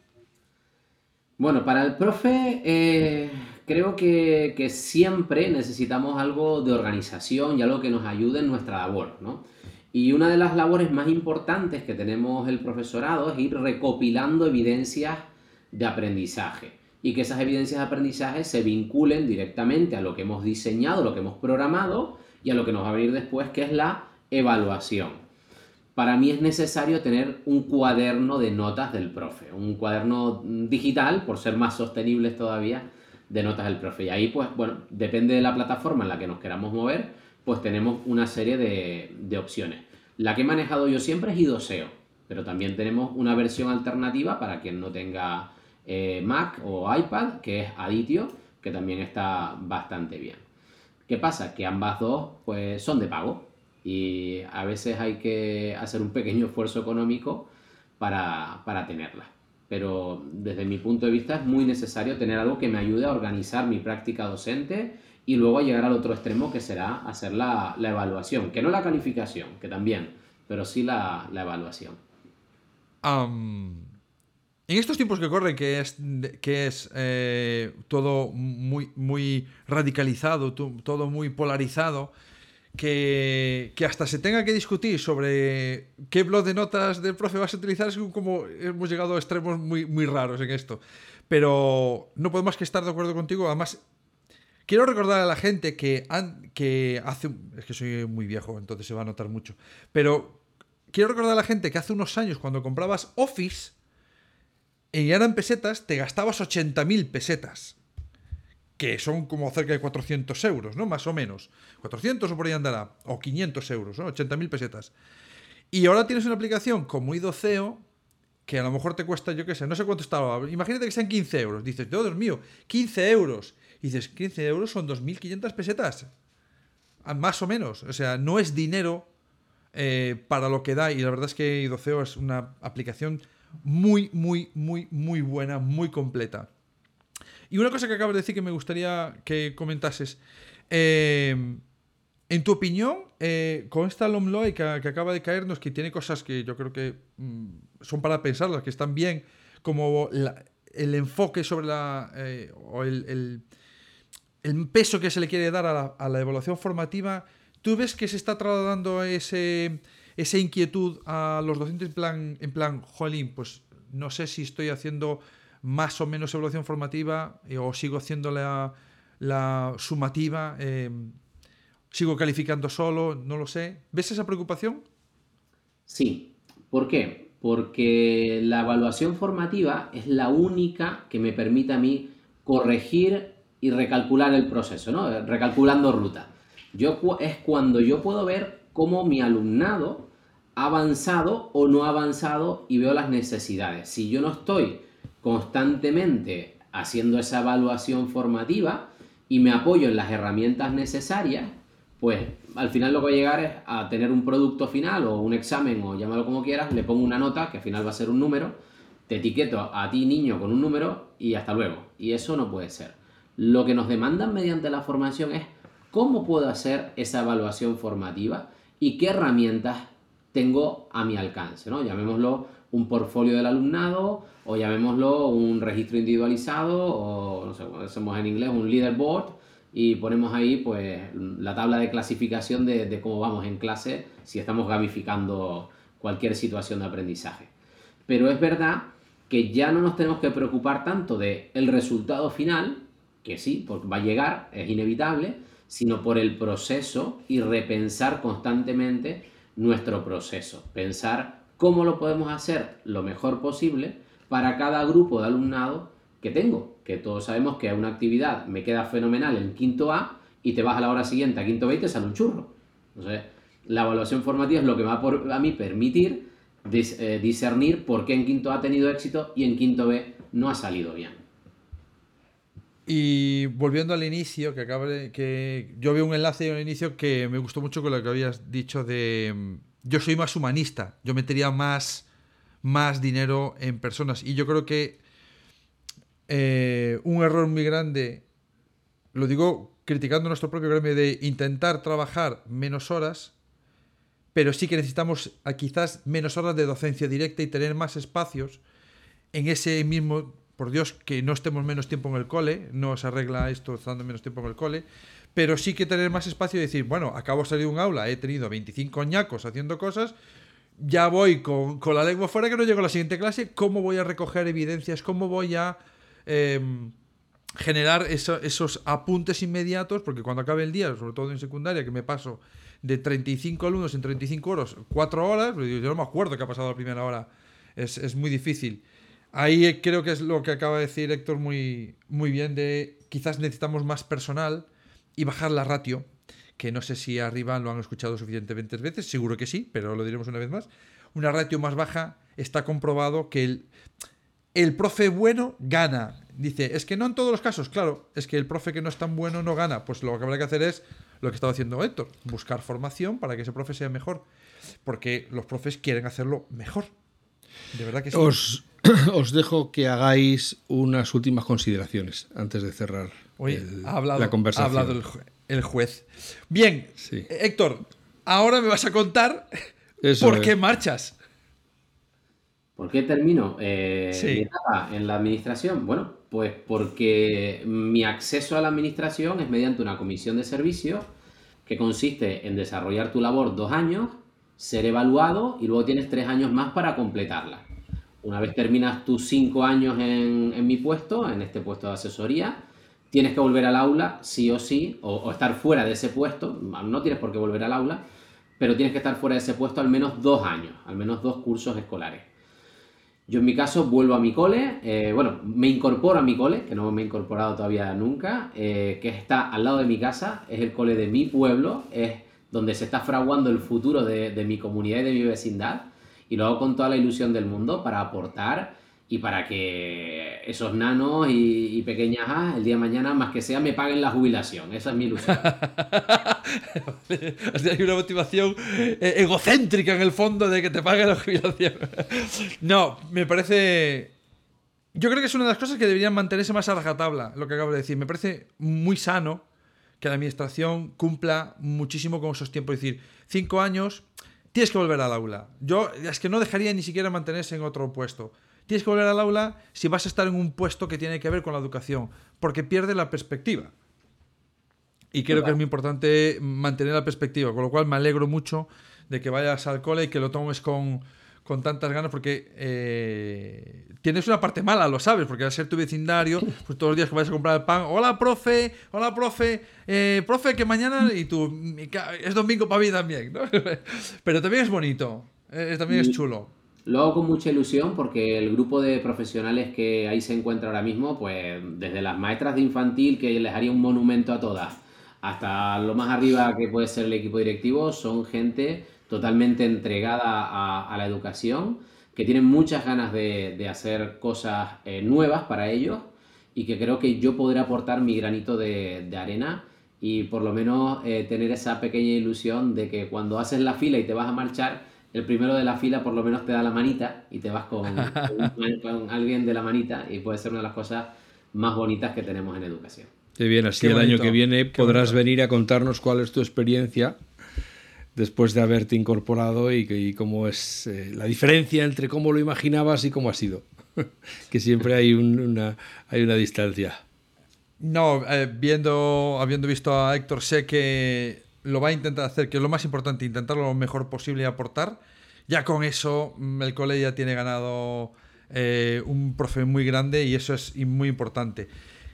Bueno, para el profe, creo que siempre necesitamos algo de organización y algo que nos ayude en nuestra labor, ¿no? Y una de las labores más importantes que tenemos el profesorado es ir recopilando evidencias de aprendizaje y que esas evidencias de aprendizaje se vinculen directamente a lo que hemos diseñado, lo que hemos programado y a lo que nos va a venir después, que es la evaluación. Para mí es necesario tener un cuaderno de notas del profe, un cuaderno digital, por ser más sostenibles todavía, de notas del profe. Y ahí, pues, bueno, depende de la plataforma en la que nos queramos mover, pues tenemos una serie de opciones. La que he manejado yo siempre es Idoseo, pero también tenemos una versión alternativa para quien no tenga Mac o iPad, que es Aditio, que también está bastante bien. ¿Qué pasa? Que ambas dos pues, son de pago y a veces hay que hacer un pequeño esfuerzo económico para tenerlas. Pero desde mi punto de vista es muy necesario tener algo que me ayude a organizar mi práctica docente y luego a llegar al otro extremo que será hacer la evaluación, que no la calificación, que también, pero sí la evaluación. Am, en estos tiempos que corren, que es todo muy radicalizado, todo muy polarizado, que hasta se tenga que discutir sobre qué blog de notas del profe vas a utilizar, es como hemos llegado a extremos muy raros en esto. Pero no podemos que estar de acuerdo contigo. Además, quiero recordar a la gente que hace... Es que soy muy viejo, entonces se va a notar mucho. Pero quiero recordar a la gente que hace unos años, cuando comprabas Office, y eran pesetas, te gastabas 80.000 pesetas. Que son como cerca de 400 euros, ¿no? Más o menos. 400 o por ahí andará. O 500 euros, ¿no? 80.000 pesetas. Y ahora tienes una aplicación como Idoceo que a lo mejor te cuesta, yo qué sé, no sé cuánto estaba. Imagínate que sean 15 euros. Dices, oh, Dios mío, 15 euros. Y dices, 15 euros son 2.500 pesetas. Más o menos. O sea, no es dinero para lo que da. Y la verdad es que Idoceo es una aplicación muy buena, muy completa. Y una cosa que acabas de decir que me gustaría que comentases. En tu opinión, con esta LOMLOE que acaba de caernos, que tiene cosas que yo creo que son para pensarlas, que están bien, como el enfoque sobre o el peso que se le quiere dar a la evaluación formativa, ¿tú ves que se está trasladando esa inquietud a los docentes en plan, jolín, pues no sé si estoy haciendo más o menos evaluación formativa o sigo haciendo la sumativa, sigo calificando solo, no lo sé? ¿Ves esa preocupación? Sí. ¿Por qué? Porque la evaluación formativa es la única que me permite a mí corregir y recalcular el proceso, ¿no? Recalculando ruta. Es cuando yo puedo ver cómo mi alumnado ha avanzado o no ha avanzado y veo las necesidades. Si yo no estoy constantemente haciendo esa evaluación formativa y me apoyo en las herramientas necesarias, pues al final lo que voy a llegar es a tener un producto final o un examen o llámalo como quieras, le pongo una nota que al final va a ser un número, te etiqueto a ti niño con un número y hasta luego. Y eso no puede ser. Lo que nos demandan mediante la formación es cómo puedo hacer esa evaluación formativa y qué herramientas tengo a mi alcance, ¿no? Llamémoslo un portfolio del alumnado o llamémoslo un registro individualizado o, no sé, como decimos en inglés, un leaderboard y ponemos ahí pues la tabla de clasificación de cómo vamos en clase si estamos gamificando cualquier situación de aprendizaje. Pero es verdad que ya no nos tenemos que preocupar tanto del resultado final, que sí, porque va a llegar, es inevitable, sino por el proceso y repensar constantemente nuestro proceso. Pensar cómo lo podemos hacer lo mejor posible para cada grupo de alumnado que tengo. Que todos sabemos que una actividad me queda fenomenal en quinto A y te vas a la hora siguiente a quinto B y te sale un churro. Entonces, la evaluación formativa es lo que me va a mí permitir discernir por qué en quinto A ha tenido éxito y en quinto B no ha salido bien. Y volviendo al inicio, que yo veo un enlace al inicio que me gustó mucho con lo que habías dicho de yo soy más humanista, yo metería más dinero en personas. Y yo creo que un error muy grande, lo digo criticando nuestro propio gremio, de intentar trabajar menos horas, pero sí que necesitamos quizás menos horas de docencia directa y tener más espacios en ese mismo. Por Dios, que no estemos menos tiempo en el cole, no se arregla esto estando menos tiempo en el cole, pero sí que tener más espacio y decir, bueno, acabo de salir de un aula, he tenido 25 ñacos haciendo cosas, ya voy con la lengua fuera que no llego a la siguiente clase, ¿cómo voy a recoger evidencias? ¿Cómo voy a generar esos apuntes inmediatos? Porque cuando acabe el día, sobre todo en secundaria, que me paso de 35 alumnos en 35 horas, 4 horas, yo no me acuerdo qué ha pasado la primera hora, es muy difícil. Ahí creo que es lo que acaba de decir Héctor muy, muy bien, de quizás necesitamos más personal y bajar la ratio, que no sé si arriba lo han escuchado suficientemente veces, seguro que sí, pero lo diremos una vez más. Una ratio más baja, está comprobado que el profe bueno gana. Dice, es que no en todos los casos, claro, es que el profe que no es tan bueno no gana. Pues lo que habrá que hacer es lo que estaba haciendo Héctor, buscar formación para que ese profe sea mejor, porque los profes quieren hacerlo mejor. De verdad que sí. Os dejo que hagáis unas últimas consideraciones antes de cerrar la conversación. Ha hablado el juez. Bien, sí. Héctor, ahora me vas a contar por qué marchas. ¿Por qué termino mi etapa en la administración? Bueno, pues porque mi acceso a la administración es mediante una comisión de servicios que consiste en desarrollar tu labor 2 años, ser evaluado y luego tienes 3 años más para completarla. Una vez terminas tus 5 años en mi puesto, en este puesto de asesoría, tienes que volver al aula sí o sí, o estar fuera de ese puesto, no tienes por qué volver al aula, pero tienes que estar fuera de ese puesto al menos 2 años, al menos 2 cursos escolares. Yo en mi caso vuelvo a mi cole, me incorporo a mi cole, que no me he incorporado todavía nunca, que está al lado de mi casa, es el cole de mi pueblo, es donde se está fraguando el futuro de mi comunidad y de mi vecindad, y lo hago con toda la ilusión del mundo para aportar y para que esos nanos y pequeñas el día de mañana, más que sea, me paguen la jubilación. Esa es mi ilusión. Hay una motivación egocéntrica en el fondo de que te paguen la jubilación. No, me parece... Yo creo que es una de las cosas que deberían mantenerse más a rajatabla, lo que acabo de decir. Me parece muy sano que la administración cumpla muchísimo con esos tiempos. Es decir, 5 años... Tienes que volver al aula. Yo es que no dejaría ni siquiera mantenerse en otro puesto. Tienes que volver al aula si vas a estar en un puesto que tiene que ver con la educación, porque pierde la perspectiva. Y creo que es muy importante mantener la perspectiva, con lo cual me alegro mucho de que vayas al cole y que lo tomes con tantas ganas, porque tienes una parte mala, lo sabes, porque al ser tu vecindario, pues todos los días que vayas a comprar el pan, hola profe, profe, que mañana, y tú, es domingo para mí también, ¿no? Pero también es bonito, también es chulo. Lo hago con mucha ilusión porque el grupo de profesionales que ahí se encuentra ahora mismo, pues desde las maestras de infantil, que les haría un monumento a todas, hasta lo más arriba que puede ser el equipo directivo, son gente totalmente entregada a la educación, que tienen muchas ganas de hacer cosas nuevas para ellos y que creo que yo podré aportar mi granito de arena y por lo menos tener esa pequeña ilusión de que cuando haces la fila y te vas a marchar, el primero de la fila por lo menos te da la manita y te vas con alguien de la manita y puede ser una de las cosas más bonitas que tenemos en educación. Qué bien, así el año que viene podrás venir a contarnos cuál es tu experiencia después de haberte incorporado y cómo es la diferencia entre cómo lo imaginabas y cómo ha sido. Que siempre hay una distancia. No, habiendo visto a Héctor, sé que lo va a intentar hacer, que es lo más importante, intentarlo lo mejor posible y aportar. Ya con eso el colegio ya tiene ganado un profe muy grande y eso es muy importante.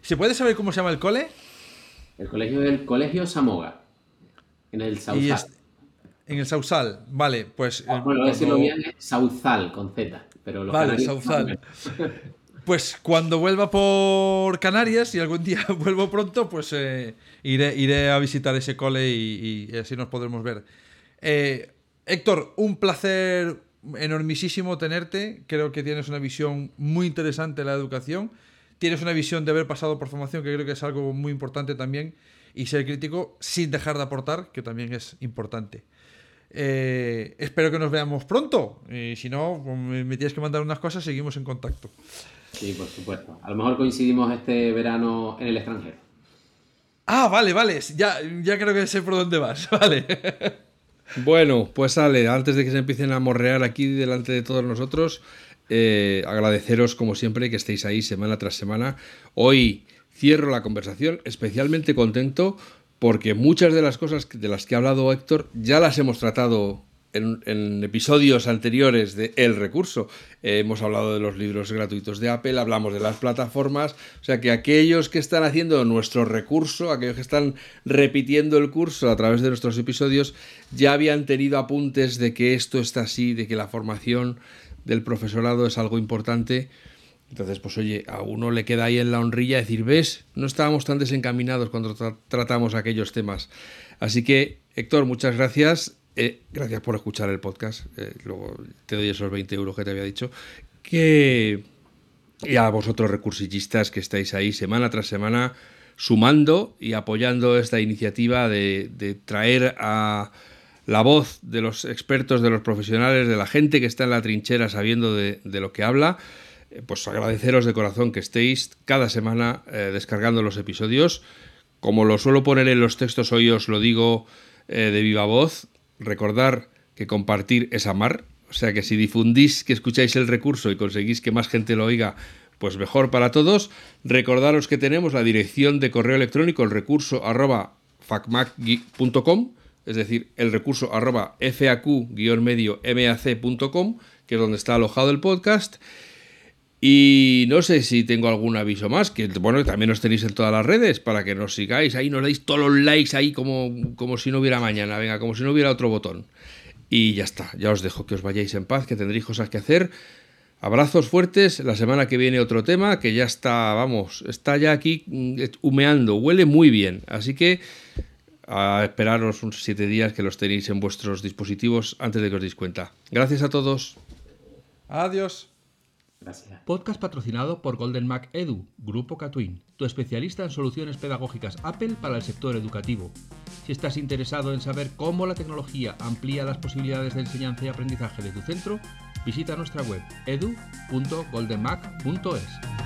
¿Se puede saber cómo se llama el cole? El colegio es el Colegio Samoga, en el Sauzal. En el Sauzal, vale, pues... Bueno, decirlo bien es Sauzal, con Z. Pero los vale, Sauzal. Pues cuando vuelva por Canarias, y algún día vuelvo pronto, pues iré a visitar ese cole y así nos podremos ver. Héctor, un placer enormísimo tenerte. Creo que tienes una visión muy interesante de la educación. Tienes una visión de haber pasado por formación, que creo que es algo muy importante también. Y ser crítico sin dejar de aportar, que también es importante. Espero que nos veamos pronto. Si no, me tienes que mandar unas cosas, seguimos en contacto. Sí, por supuesto. A lo mejor coincidimos este verano en el extranjero. Ah, vale. Ya creo que sé por dónde vas. Vale. Bueno, pues sale, antes de que se empiecen a morrear aquí delante de todos nosotros, agradeceros como siempre que estéis ahí semana tras semana. Hoy cierro la conversación especialmente contento porque muchas de las cosas de las que ha hablado Héctor ya las hemos tratado en episodios anteriores de El Recurso. Hemos hablado de los libros gratuitos de Apple, hablamos de las plataformas, o sea que aquellos que están haciendo nuestro recurso, aquellos que están repitiendo el curso a través de nuestros episodios, ya habían tenido apuntes de que esto está así, de que la formación del profesorado es algo importante. Entonces, pues oye, a uno le queda ahí en la honrilla decir, ¿ves? No estábamos tan desencaminados cuando tratamos aquellos temas. Así que, Héctor, muchas gracias. Gracias por escuchar el podcast. Luego te doy esos 20 euros que te había dicho. Y a vosotros, recursillistas, que estáis ahí semana tras semana sumando y apoyando esta iniciativa de traer a la voz de los expertos, de los profesionales, de la gente que está en la trinchera sabiendo de lo que habla. Pues agradeceros de corazón que estéis cada semana descargando los episodios. Como lo suelo poner en los textos, hoy os lo digo de viva voz. Recordar que compartir es amar, o sea que si difundís que escucháis el recurso y conseguís que más gente lo oiga, pues mejor para todos. Recordaros que tenemos la dirección de correo electrónico, el recurso@facmac.com, es decir, el recurso@fac-mac.com, que es donde está alojado el podcast. Y no sé si tengo algún aviso más, que bueno, también os tenéis en todas las redes para que nos sigáis, ahí nos dais todos los likes ahí como si no hubiera mañana, venga, como si no hubiera otro botón. Y ya está, ya os dejo que os vayáis en paz, que tendréis cosas que hacer. Abrazos fuertes, la semana que viene otro tema que ya está, vamos, está ya aquí humeando, huele muy bien, así que a esperaros unos 7 días que los tenéis en vuestros dispositivos antes de que os deis cuenta. Gracias a todos. Adiós. Gracias. Podcast patrocinado por Golden Mac Edu, Grupo Catwin, tu especialista en soluciones pedagógicas Apple para el sector educativo. Si estás interesado en saber cómo la tecnología amplía las posibilidades de enseñanza y aprendizaje de tu centro, visita nuestra web edu.goldenmac.es.